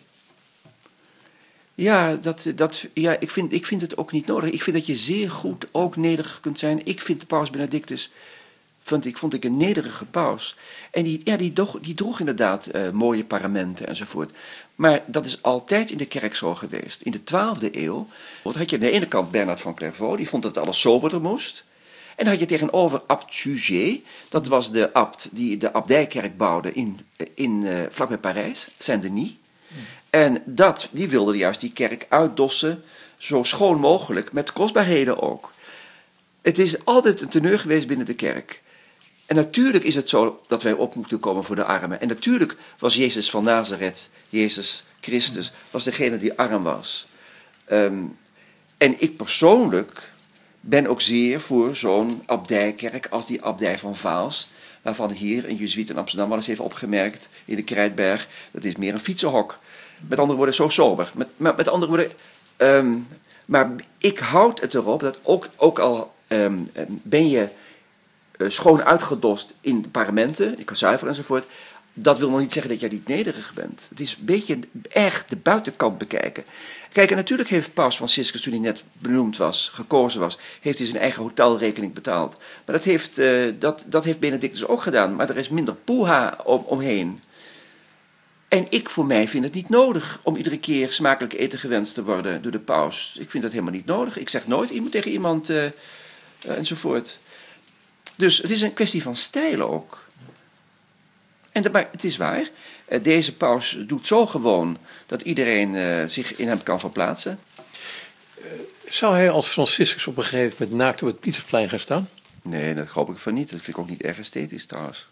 Ja, ik vind het ook niet nodig. Ik vind dat je zeer goed ook nederig kunt zijn. Ik vind de paus Benedictus vond ik een nederige paus. En die droeg inderdaad mooie paramenten enzovoort. Maar dat is altijd in de kerk zo geweest. In de 12e eeuw had je aan de ene kant Bernard van Clairvaux, die vond dat alles soberder moest. En dan had je tegenover abt Suger, dat was de abt die de abdijkerk bouwde vlakbij Parijs, Saint-Denis. En die wilde juist die kerk uitdossen, zo schoon mogelijk, met kostbaarheden ook. Het is altijd een teneur geweest binnen de kerk. En natuurlijk is het zo dat wij op moeten komen voor de armen. En natuurlijk was Jezus van Nazareth, Jezus Christus, was degene die arm was. En ik persoonlijk ben ook zeer voor zo'n abdijkerk als die abdij van Vaals, waarvan hier een jezuïet in Amsterdam wel eens heeft opgemerkt in de Krijtberg, dat is meer een fietsenhok. Met andere woorden, zo sober. Met andere woorden, maar ik houd het erop dat ook al ben je schoon uitgedost in parlementen, ik kan zuiver enzovoort, dat wil nog niet zeggen dat jij niet nederig bent. Het is een beetje echt de buitenkant bekijken. Kijk, en natuurlijk heeft Paus Franciscus, toen hij net benoemd was, gekozen was, heeft hij zijn eigen hotelrekening betaald. Maar dat heeft Benedictus ook gedaan, maar er is minder poeha omheen. En ik voor mij vind het niet nodig om iedere keer smakelijk eten gewenst te worden door de paus. Ik vind dat helemaal niet nodig. Ik zeg nooit tegen iemand enzovoort. Dus het is een kwestie van stijl ook. Maar het is waar. Deze paus doet zo gewoon dat iedereen zich in hem kan verplaatsen. Zou hij als Franciscus op een gegeven moment naakt op het Pietersplein gaan staan? Nee, dat hoop ik van niet. Dat vind ik ook niet erg esthetisch trouwens.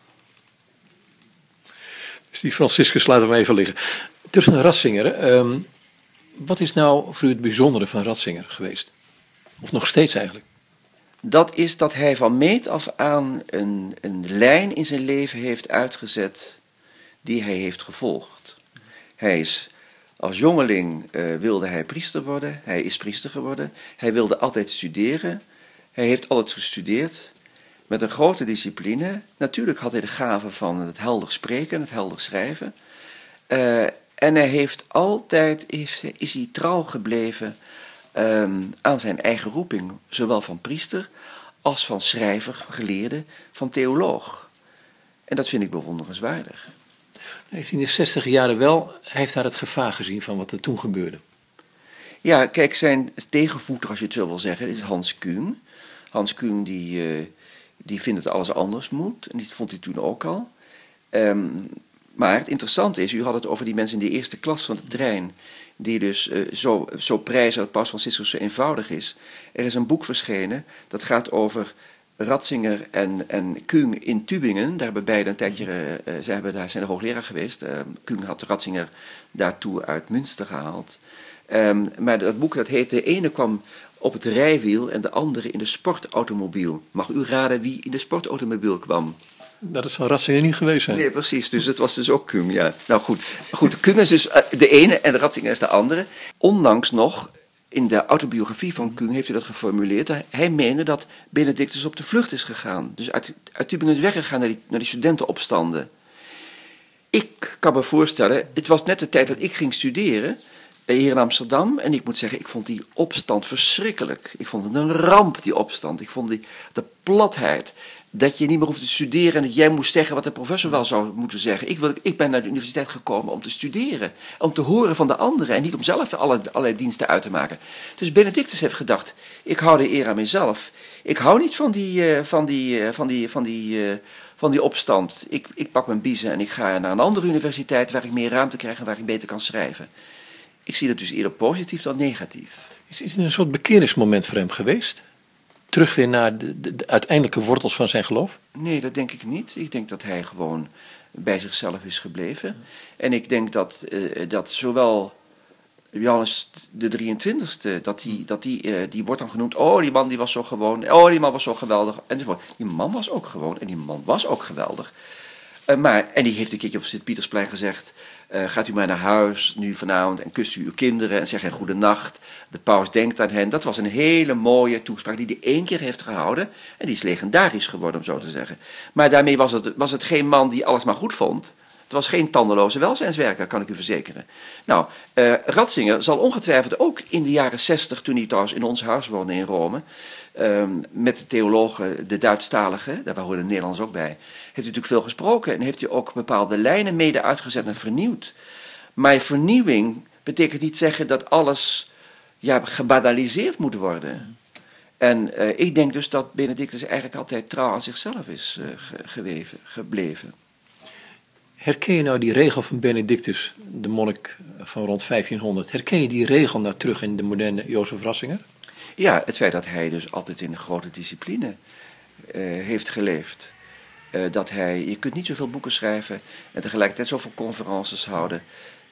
Dus die Franciscus laten we even liggen. Tussen Ratzinger, wat is nou voor u het bijzondere van Ratzinger geweest? Of nog steeds eigenlijk? Dat is dat hij van meet af aan een lijn in zijn leven heeft uitgezet die hij heeft gevolgd. Hij is als jongeling wilde hij priester worden. Hij is priester geworden. Hij wilde altijd studeren. Hij heeft altijd gestudeerd met een grote discipline. Natuurlijk had hij de gave van het helder spreken, het helder schrijven. En hij heeft altijd, is hij trouw gebleven aan zijn eigen roeping, zowel van priester als van schrijver, geleerde, van theoloog. En dat vind ik bewonderenswaardig. Hij heeft in de 60 jaren wel, hij heeft daar het gevaar gezien van wat er toen gebeurde. Ja, kijk, zijn tegenvoeter, als je het zo wil zeggen, is Hans Kuhn. Hans Kuhn die vindt dat alles anders moet. En dat vond hij toen ook al. Maar het interessante is, u had het over die mensen in de eerste klas van de trein, die dus zo prijzen dat Paus Franciscus zo eenvoudig is. Er is een boek verschenen, dat gaat over Ratzinger en Kuhn in Tübingen. Daar hebben beide een tijdje, daar zijn de hoogleraar geweest. Kuhn had Ratzinger daartoe uit Münster gehaald. Maar dat boek, dat heet, de ene kwam op het rijwiel en de andere in de sportautomobiel. Mag u raden wie in de sportautomobiel kwam? Dat zal Ratzinger niet geweest zijn. Nee, precies. Dus het was dus ook Kuhn, ja. Nou goed, Kuhn is dus de ene en Ratzinger is de andere. Ondanks nog, in de autobiografie van Kuhn heeft hij dat geformuleerd. Hij meende dat Benedictus op de vlucht is gegaan. Dus uit Tübingen is weggegaan naar die studentenopstanden. Ik kan me voorstellen, het was net de tijd dat ik ging studeren hier in Amsterdam. En ik moet zeggen, ik vond die opstand verschrikkelijk. Ik vond het een ramp, die opstand. Ik vond de platheid. Dat je niet meer hoeft te studeren en dat jij moest zeggen wat de professor wel zou moeten zeggen. Ik ben naar de universiteit gekomen om te studeren. Om te horen van de anderen en niet om zelf allerlei diensten uit te maken. Dus Benedictus heeft gedacht, ik hou de eer aan mezelf. Ik hou niet van die opstand. Ik pak mijn biezen en ik ga naar een andere universiteit waar ik meer ruimte krijg en waar ik beter kan schrijven. Ik zie dat dus eerder positief dan negatief. Is het een soort bekeringsmoment voor hem geweest? Terug weer naar de uiteindelijke wortels van zijn geloof? Nee, dat denk ik niet. Ik denk dat hij gewoon bij zichzelf is gebleven. En ik denk dat zowel Johannes de 23e, die wordt dan genoemd, oh die man die was zo gewoon, oh die man was zo geweldig, enzovoort. Die man was ook gewoon en die man was ook geweldig. En die heeft een keertje op Sint-Pietersplein gezegd, gaat u maar naar huis nu vanavond en kust u uw kinderen en zeg hen goede nacht. De paus denkt aan hen. Dat was een hele mooie toespraak die hij 1 keer heeft gehouden. En die is legendarisch geworden, om zo te zeggen. Maar daarmee was het geen man die alles maar goed vond. Het was geen tandeloze welzijnswerker, kan ik u verzekeren. Nou, Ratzinger zal ongetwijfeld ook in de jaren 60, toen hij trouwens in ons huis woonde in Rome, met de theologen, de Duitsstaligen, daar hoorden de Nederlanders ook bij, heeft hij natuurlijk veel gesproken en heeft hij ook bepaalde lijnen mede uitgezet en vernieuwd. Maar vernieuwing betekent niet zeggen dat alles gebanaliseerd moet worden. En ik denk dus dat Benedictus eigenlijk altijd trouw aan zichzelf is gebleven. Herken je nou die regel van Benedictus, de monnik van rond 1500, herken je die regel nou terug in de moderne Jozef Ratzinger? Ja, het feit dat hij dus altijd in een grote discipline heeft geleefd. Je kunt niet zoveel boeken schrijven en tegelijkertijd zoveel conferences houden.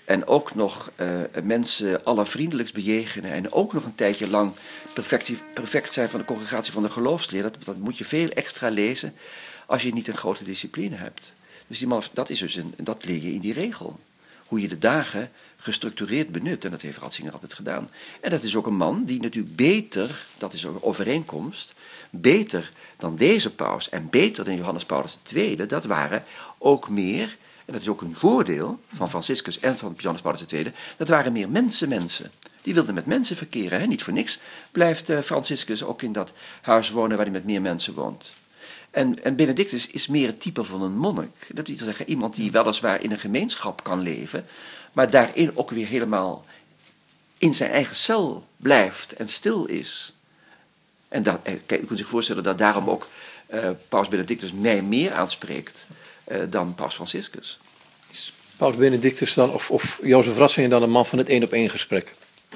En ook nog mensen allervriendelijkst bejegenen. En ook nog een tijdje lang perfect zijn van de congregatie van de geloofsleer. Dat moet je veel extra lezen als je niet een grote discipline hebt. Dus die man, dat leer je in die regel. Hoe je de dagen gestructureerd benut. En dat heeft Ratzinger altijd gedaan. En dat is ook een man die natuurlijk beter, dat is ook een overeenkomst, beter dan deze paus en beter dan Johannes Paulus II, dat waren ook meer, en dat is ook een voordeel van Franciscus en van Johannes Paulus II, dat waren meer mensen. Die wilden met mensen verkeren. Hè? Niet voor niks blijft Franciscus ook in dat huis wonen waar hij met meer mensen woont. En Benedictus is meer het type van een monnik. Dat wil zeggen, iemand die weliswaar in een gemeenschap kan leven, maar daarin ook weer helemaal in zijn eigen cel blijft en stil is. En kijk, u kunt zich voorstellen dat daarom ook Paus Benedictus mij meer aanspreekt dan Paus Franciscus. Is Paus Benedictus dan, of Jozef Ratzinger dan een man van het 1-op-1 gesprek?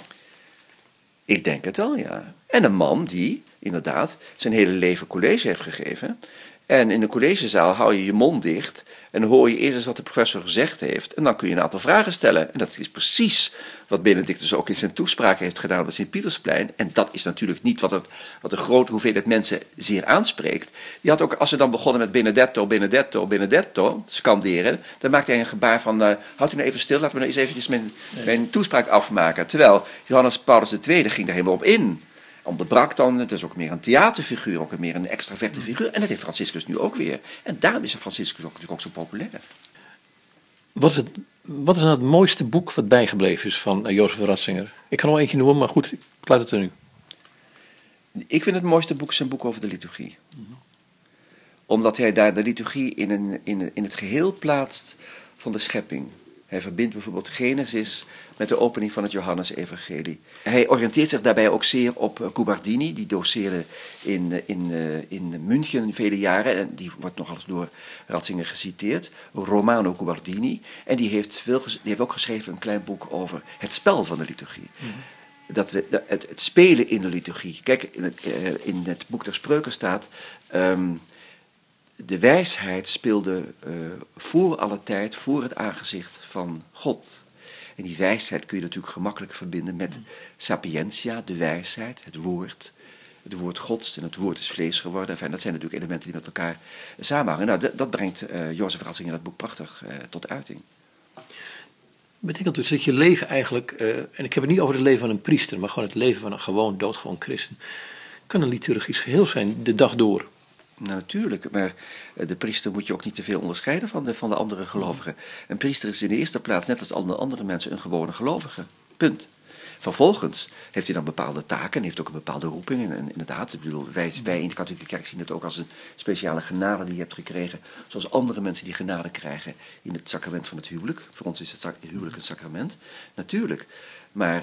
Ik denk het wel, ja. En een man die inderdaad zijn hele leven college heeft gegeven. En in de collegezaal hou je je mond dicht en hoor je eerst eens wat de professor gezegd heeft. En dan kun je een aantal vragen stellen. En dat is precies wat Benedictus ook in zijn toespraak heeft gedaan op het Sint-Pietersplein. En dat is natuurlijk niet wat een grote hoeveelheid mensen zeer aanspreekt. Die had ook, als ze dan begonnen met Benedetto, Benedetto, Benedetto scanderen, dan maakte hij een gebaar van, houd u nou even stil, laten we nou eens eventjes mijn toespraak afmaken. Terwijl Johannes Paulus II ging daar helemaal op in. Onderbrak dan, het is ook meer een theaterfiguur, ook meer een extraverte figuur. En dat heeft Franciscus nu ook weer. En daarom is Franciscus natuurlijk ook zo populair. Wat is nou het mooiste boek wat bijgebleven is van Jozef Ratzinger? Ik kan nog eentje noemen, maar goed, ik laat het er nu. Ik vind het mooiste boek zijn boek over de liturgie. Omdat hij daar de liturgie in het geheel plaatst van de schepping. Hij verbindt bijvoorbeeld Genesis met de opening van het Johannesevangelie. Hij oriënteert zich daarbij ook zeer op Gubbardini, die doceerde in München vele jaren. En die wordt nogal eens door Ratzinger geciteerd. Romano Gubbardini. En die heeft ook geschreven een klein boek over het spel van de liturgie. Het spelen in de liturgie. Kijk, in het boek der Spreuken staat, de wijsheid speelde voor alle tijd voor het aangezicht van God. En die wijsheid kun je natuurlijk gemakkelijk verbinden met sapientia, de wijsheid, het woord Gods. En het woord is vlees geworden. Enfin, dat zijn natuurlijk elementen die met elkaar samenhangen. Nou, dat brengt Jozef Ratzinger in dat boek prachtig tot uiting. Betekent dus dat je leven eigenlijk, en ik heb het niet over het leven van een priester, maar gewoon het leven van een gewoon doodgewoon christen, kan een liturgisch geheel zijn, de dag door. Nou, natuurlijk, maar de priester moet je ook niet te veel onderscheiden van de andere gelovigen. Een priester is in de eerste plaats, net als alle andere mensen, een gewone gelovige. Punt. Vervolgens heeft hij dan bepaalde taken en heeft ook een bepaalde roeping. En inderdaad, ik bedoel, wij in de katholieke kerk zien het ook als een speciale genade die je hebt gekregen. Zoals andere mensen die genade krijgen in het sacrament van het huwelijk. Voor ons is het huwelijk een sacrament, natuurlijk. Maar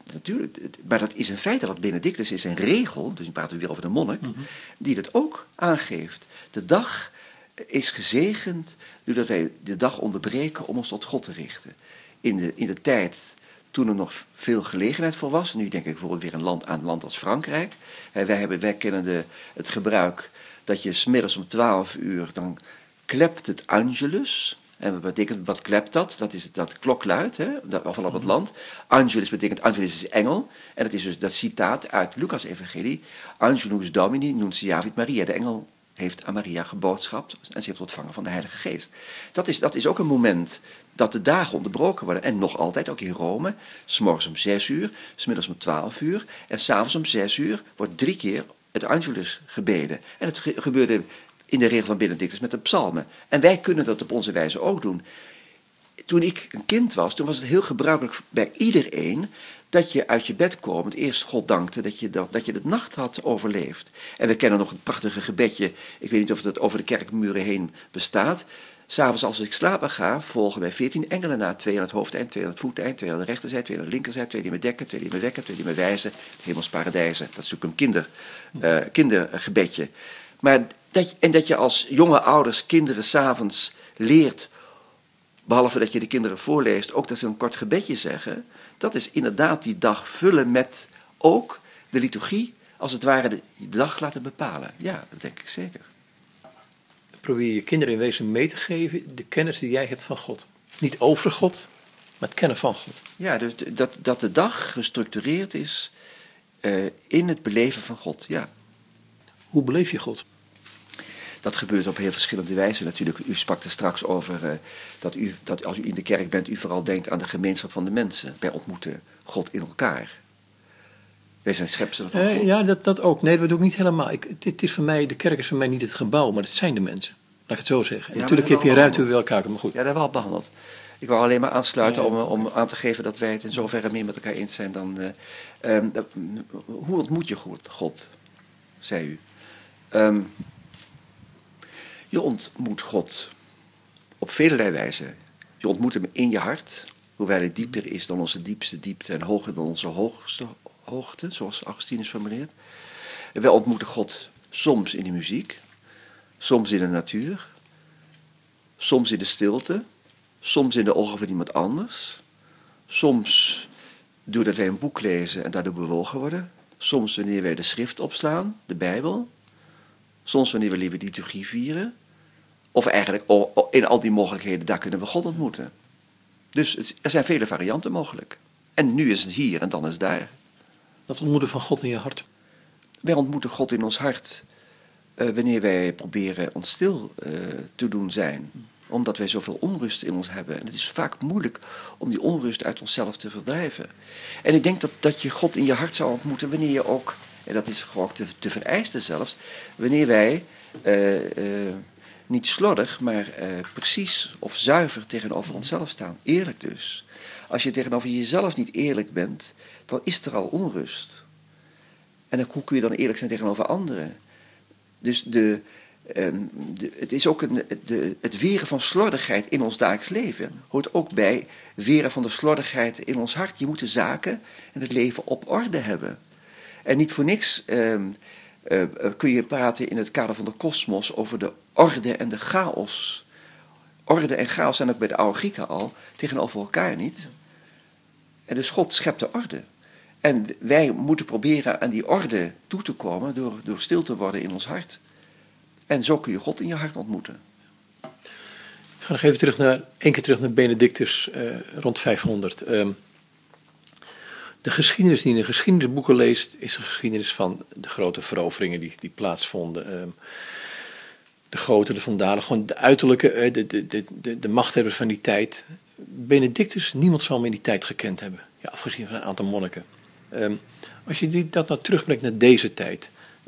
dat is een feit, dat Benedictus is een regel, dus we praten weer over de monnik, die dat ook aangeeft. De dag is gezegend doordat wij de dag onderbreken om ons tot God te richten. In de tijd toen er nog veel gelegenheid voor was, nu denk ik bijvoorbeeld weer aan een land als Frankrijk. Wij kennen het gebruik dat je 's middags om 12 uur, dan klept het Angelus. En wat betekent, wat klept dat? Dat is dat klok luidt, van op het land. Angelus betekent, Angelus is engel. En dat is dus dat citaat uit Lucas evangelie. Angelus Domini nunciavit Maria. De engel heeft aan Maria geboodschapt en ze heeft ontvangen van de Heilige Geest. Dat is ook een moment dat de dagen onderbroken worden. En nog altijd, ook in Rome, 's morgens om 6 uur, 's middags om 12 uur. En 's avonds om 6 uur wordt 3 keer het Angelus gebeden. En het gebeurde in de regel van Benedictus met de psalmen. En wij kunnen dat op onze wijze ook doen. Toen ik een kind was, toen was het heel gebruikelijk bij iedereen dat je uit je bed komend eerst God dankte dat je de nacht had overleefd. En we kennen nog het prachtige gebedje, ik weet niet of het over de kerkmuren heen bestaat. 'S'avonds als ik slapen ga, volgen wij 14 engelen na. 2 aan het hoofdeind, 2 aan het voeteind, 2 aan de rechterzijde, 2 aan de linkerzijde, 2 die me dekken, 2 die me wekken, 2 die me wijzen. Hemels paradijzen. Dat is natuurlijk een kindergebedje. Maar dat je als jonge ouders kinderen 's avonds leert, behalve dat je de kinderen voorleest, ook dat ze een kort gebedje zeggen, dat is inderdaad die dag vullen met ook de liturgie, als het ware de dag laten bepalen. Ja, dat denk ik zeker. Probeer je kinderen in wezen mee te geven de kennis die jij hebt van God. Niet over God, Maar het kennen van God. Ja, dus dat de dag gestructureerd is in het beleven van God, ja. Hoe beleef je God? Dat gebeurt op heel verschillende wijzen natuurlijk. U sprak er straks over dat als u in de kerk bent, u vooral denkt aan de gemeenschap van de mensen. Wij ontmoeten God in elkaar. Wij zijn schepselen van God. Ja, dat ook. Nee, dat doe ik niet helemaal. De kerk is voor mij niet het gebouw, maar het zijn de mensen. Laat ik het zo zeggen. En Ja, natuurlijk heb je ruimte bij elkaar, maar goed. Ja, dat hebben we al behandeld. Ik wou alleen maar aansluiten om aan te geven dat wij het in zoverre meer met elkaar eens zijn dan... hoe ontmoet je God, zei u? Je ontmoet God op vele wijzen. Je ontmoet hem in je hart, hoewel hij dieper is dan onze diepste diepte en hoger dan onze hoogste hoogte, zoals Augustinus formuleert. En wij ontmoeten God soms in de muziek, soms in de natuur, soms in de stilte, soms in de ogen van iemand anders, soms doordat wij een boek lezen en daardoor bewogen worden, soms wanneer wij de schrift opslaan, de Bijbel, soms wanneer we liever liturgie vieren, of eigenlijk in al die mogelijkheden, daar kunnen we God ontmoeten. Dus er zijn vele varianten mogelijk. En nu is het hier en dan is het daar. Dat ontmoeten van God in je hart. Wij ontmoeten God in ons hart wanneer wij proberen ons stil te doen zijn. Omdat wij zoveel onrust in ons hebben. En het is vaak moeilijk om die onrust uit onszelf te verdrijven. En ik denk dat je God in je hart zou ontmoeten wanneer je ook, en dat is gewoon te vereisten zelfs, wanneer wij niet slordig, maar precies of zuiver tegenover onszelf staan. Eerlijk dus. Als je tegenover jezelf niet eerlijk bent, dan is er al onrust. En hoe kun je dan eerlijk zijn tegenover anderen? Dus het is ook het weren van slordigheid in ons dagelijks leven. Hoort ook bij weren van de slordigheid in ons hart. Je moet de zaken en het leven op orde hebben. En niet voor niks kun je praten in het kader van de kosmos over de orde en de chaos. Orde en chaos zijn ook bij de oude Grieken al tegenover elkaar niet. En dus God schept de orde. En wij moeten proberen aan die orde toe te komen door stil te worden in ons hart. En zo kun je God in je hart ontmoeten. Ik ga nog even één keer terug naar Benedictus rond 500. De geschiedenis die je in de geschiedenisboeken leest, is de geschiedenis van de grote veroveringen die plaatsvonden. De Goten, de Vandalen, gewoon de uiterlijke, de machthebbers van die tijd. Benedictus, niemand zal hem in die tijd gekend hebben. Ja, afgezien van een aantal monniken. Als je dat nou terugbrengt naar deze tijd,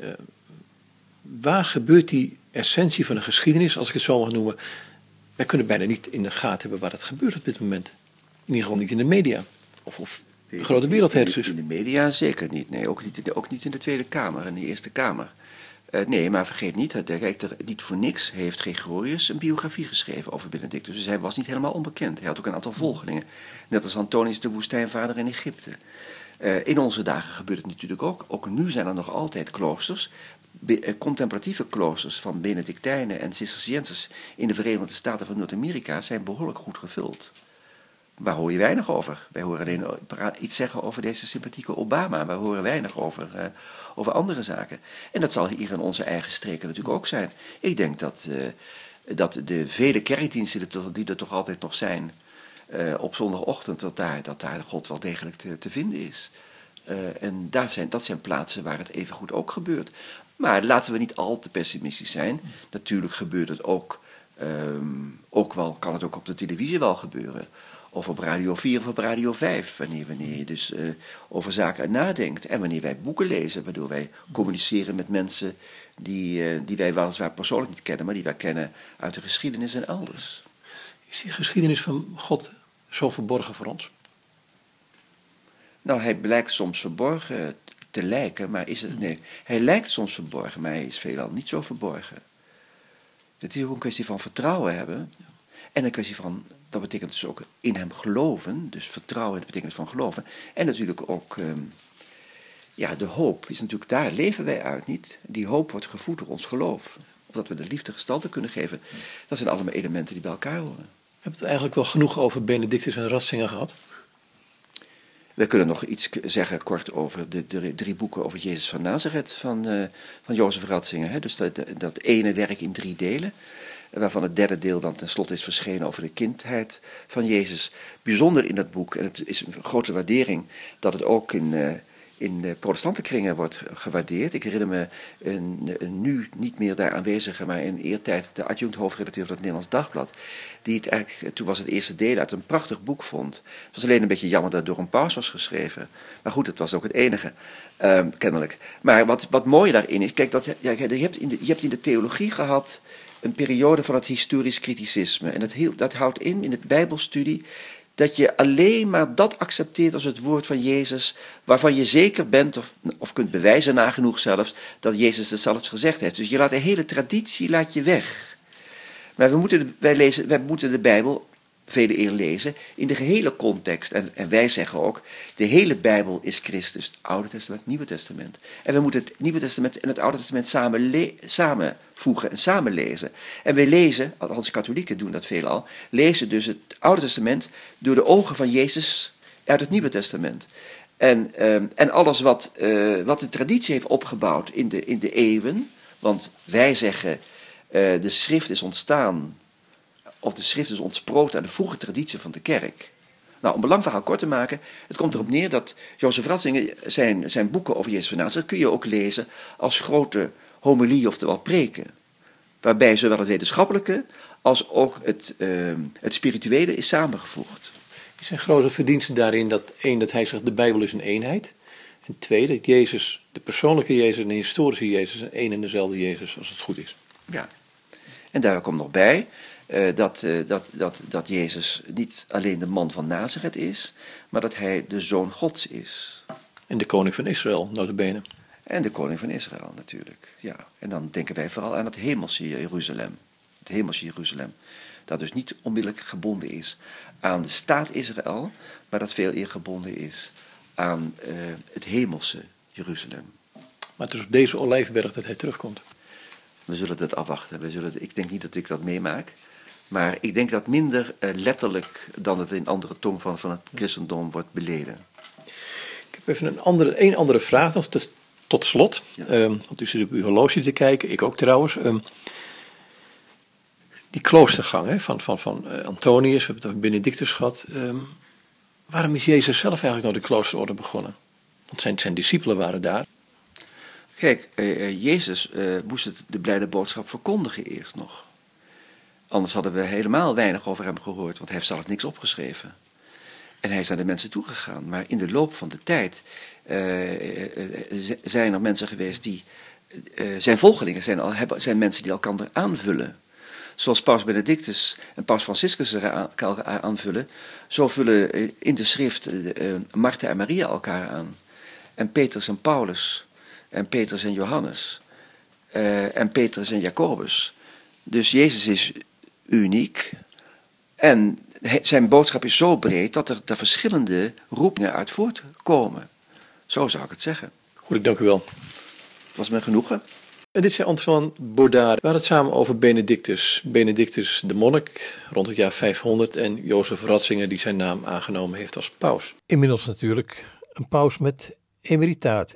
waar gebeurt die essentie van de geschiedenis, als ik het zo mag noemen? Wij kunnen bijna niet in de gaten hebben waar het gebeurt op dit moment. In ieder geval niet in de media. Of de grote wereldheersers. In de media zeker niet. Nee, ook niet in de Tweede Kamer en de Eerste Kamer. Nee, maar vergeet niet, niet voor niks heeft Gregorius een biografie geschreven over Benedictus. Dus hij was niet helemaal onbekend. Hij had ook een aantal volgelingen. Net als Antonius de woestijnvader in Egypte. In onze dagen gebeurt het natuurlijk ook. Ook nu zijn er nog altijd kloosters, contemplatieve kloosters van Benedictijnen en Cisterciënsers in de Verenigde Staten van Noord-Amerika zijn behoorlijk goed gevuld. Waar hoor je weinig over? Wij horen alleen iets zeggen over deze sympathieke Obama. Wij horen weinig over andere zaken. En dat zal hier in onze eigen streken natuurlijk ook zijn. Ik denk dat de vele kerkdiensten die er toch altijd nog zijn op zondagochtend, dat daar God wel degelijk te vinden is. En dat zijn plaatsen waar het evengoed ook gebeurt. Maar laten we niet al te pessimistisch zijn. Natuurlijk gebeurt het ook kan het ook op de televisie wel gebeuren. Of op Radio 4 of op Radio 5, wanneer je dus over zaken nadenkt. En wanneer wij boeken lezen, waardoor wij communiceren met mensen die wij weliswaar persoonlijk niet kennen, maar die wij kennen uit de geschiedenis en elders. Is die geschiedenis van God zo verborgen voor ons? Nou, hij blijkt soms verborgen te lijken, maar is het... Nee, hij lijkt soms verborgen, maar hij is veelal niet zo verborgen. Het is ook een kwestie van vertrouwen hebben. En een kwestie van, dat betekent dus ook in hem geloven. Dus vertrouwen in de betekenis van geloven. En natuurlijk ook, de hoop is natuurlijk, daar leven wij uit niet. Die hoop wordt gevoed door ons geloof. Opdat we de liefde gestalte kunnen geven. Dat zijn allemaal elementen die bij elkaar horen. We hebben het eigenlijk wel genoeg over Benedictus en Ratzinger gehad. We kunnen nog iets zeggen kort over de 3 boeken over Jezus van Nazareth van Jozef Ratzinger. Hè? Dus dat ene werk in 3 delen. waarvan het derde deel dan tenslotte is verschenen over de kindheid van Jezus. Bijzonder in dat boek, en het is een grote waardering dat het ook in protestantenkringen wordt gewaardeerd. Ik herinner me een nu niet meer daar aanwezige, maar in eertijd de adjunct-hoofdredacteur van het Nederlands Dagblad, die het eigenlijk, toen was het eerste deel uit, een prachtig boek vond. Het was alleen een beetje jammer dat het door een paus was geschreven. Maar goed, het was ook het enige, kennelijk. Maar wat mooi daarin is, kijk, je hebt in de theologie gehad een periode van het historisch kriticisme. En dat houdt in het Bijbelstudie, dat je alleen maar dat accepteert als het woord van Jezus, waarvan je zeker bent, of kunt bewijzen nagenoeg zelfs, dat Jezus het zelfs gezegd heeft. Dus je laat de hele traditie weg. Maar wij moeten de Bijbel vele eer lezen in de gehele context. En wij zeggen ook, de hele Bijbel is Christus, het Oude Testament, het Nieuwe Testament. En we moeten het Nieuwe Testament en het Oude Testament samenvoegen en samenlezen. En wij lezen, althans katholieken doen dat veelal, lezen dus het Oude Testament door de ogen van Jezus uit het Nieuwe Testament. En alles wat de traditie heeft opgebouwd in de eeuwen, want wij zeggen, de schrift is ontstaan, of de schrift is ontsproten uit de vroege traditie van de kerk. Nou, om een lang verhaal kort te maken, het komt erop neer dat Jozef Ratzinger zijn boeken over Jezus van Nazareth kun je ook lezen als grote homilie, oftewel preken. Waarbij zowel het wetenschappelijke als ook het spirituele is samengevoegd. Is zijn grote verdienste daarin dat hij zegt de Bijbel is een eenheid. En twee, dat Jezus, de persoonlijke Jezus en de historische Jezus, een één en dezelfde Jezus als het goed is. Ja, en daar komt nog bij dat Jezus niet alleen de man van Nazareth is, maar dat hij de Zoon Gods is. En de koning van Israël, nota bene. En de koning van Israël natuurlijk, ja. En dan denken wij vooral aan het hemelse Jeruzalem. Het hemelse Jeruzalem, dat dus niet onmiddellijk gebonden is aan de staat Israël, maar dat veel eer gebonden is aan het hemelse Jeruzalem. Maar het is op deze olijfberg dat hij terugkomt. We zullen dat afwachten. Ik denk niet dat ik dat meemaak. Maar ik denk dat minder letterlijk dan het in andere tong van het christendom wordt beleden. Ik heb even een andere vraag nog tot slot. Ja. Want u zit op uw horloge te kijken, ik ook trouwens. Die kloostergang van Antonius, we hebben het over Benedictus gehad. Waarom is Jezus zelf eigenlijk nou de kloosterorde begonnen? Want zijn discipelen waren daar. Kijk, Jezus moest de blijde boodschap verkondigen eerst nog. Anders hadden we helemaal weinig over hem gehoord, want hij heeft zelf niks opgeschreven. En hij is naar de mensen toegegaan. Maar in de loop van de tijd zijn er mensen geweest die... zijn volgelingen zijn mensen die elkaar aanvullen. Zoals Paus Benedictus en Paus Franciscus elkaar aanvullen, zo vullen in de schrift Martha en Maria elkaar aan. En Petrus en Paulus... En Petrus en Johannes. En Petrus en Jacobus. Dus Jezus is uniek. En zijn boodschap is zo breed dat er verschillende roepingen uit voortkomen. Zo zou ik het zeggen. Goed, ik dank u wel. Het was me genoegen. En dit zei Antoine Baudard. We hadden het samen over Benedictus. Benedictus de monnik, rond het jaar 500. En Jozef Ratzinger, die zijn naam aangenomen heeft als paus. Inmiddels natuurlijk een paus met emeritaat.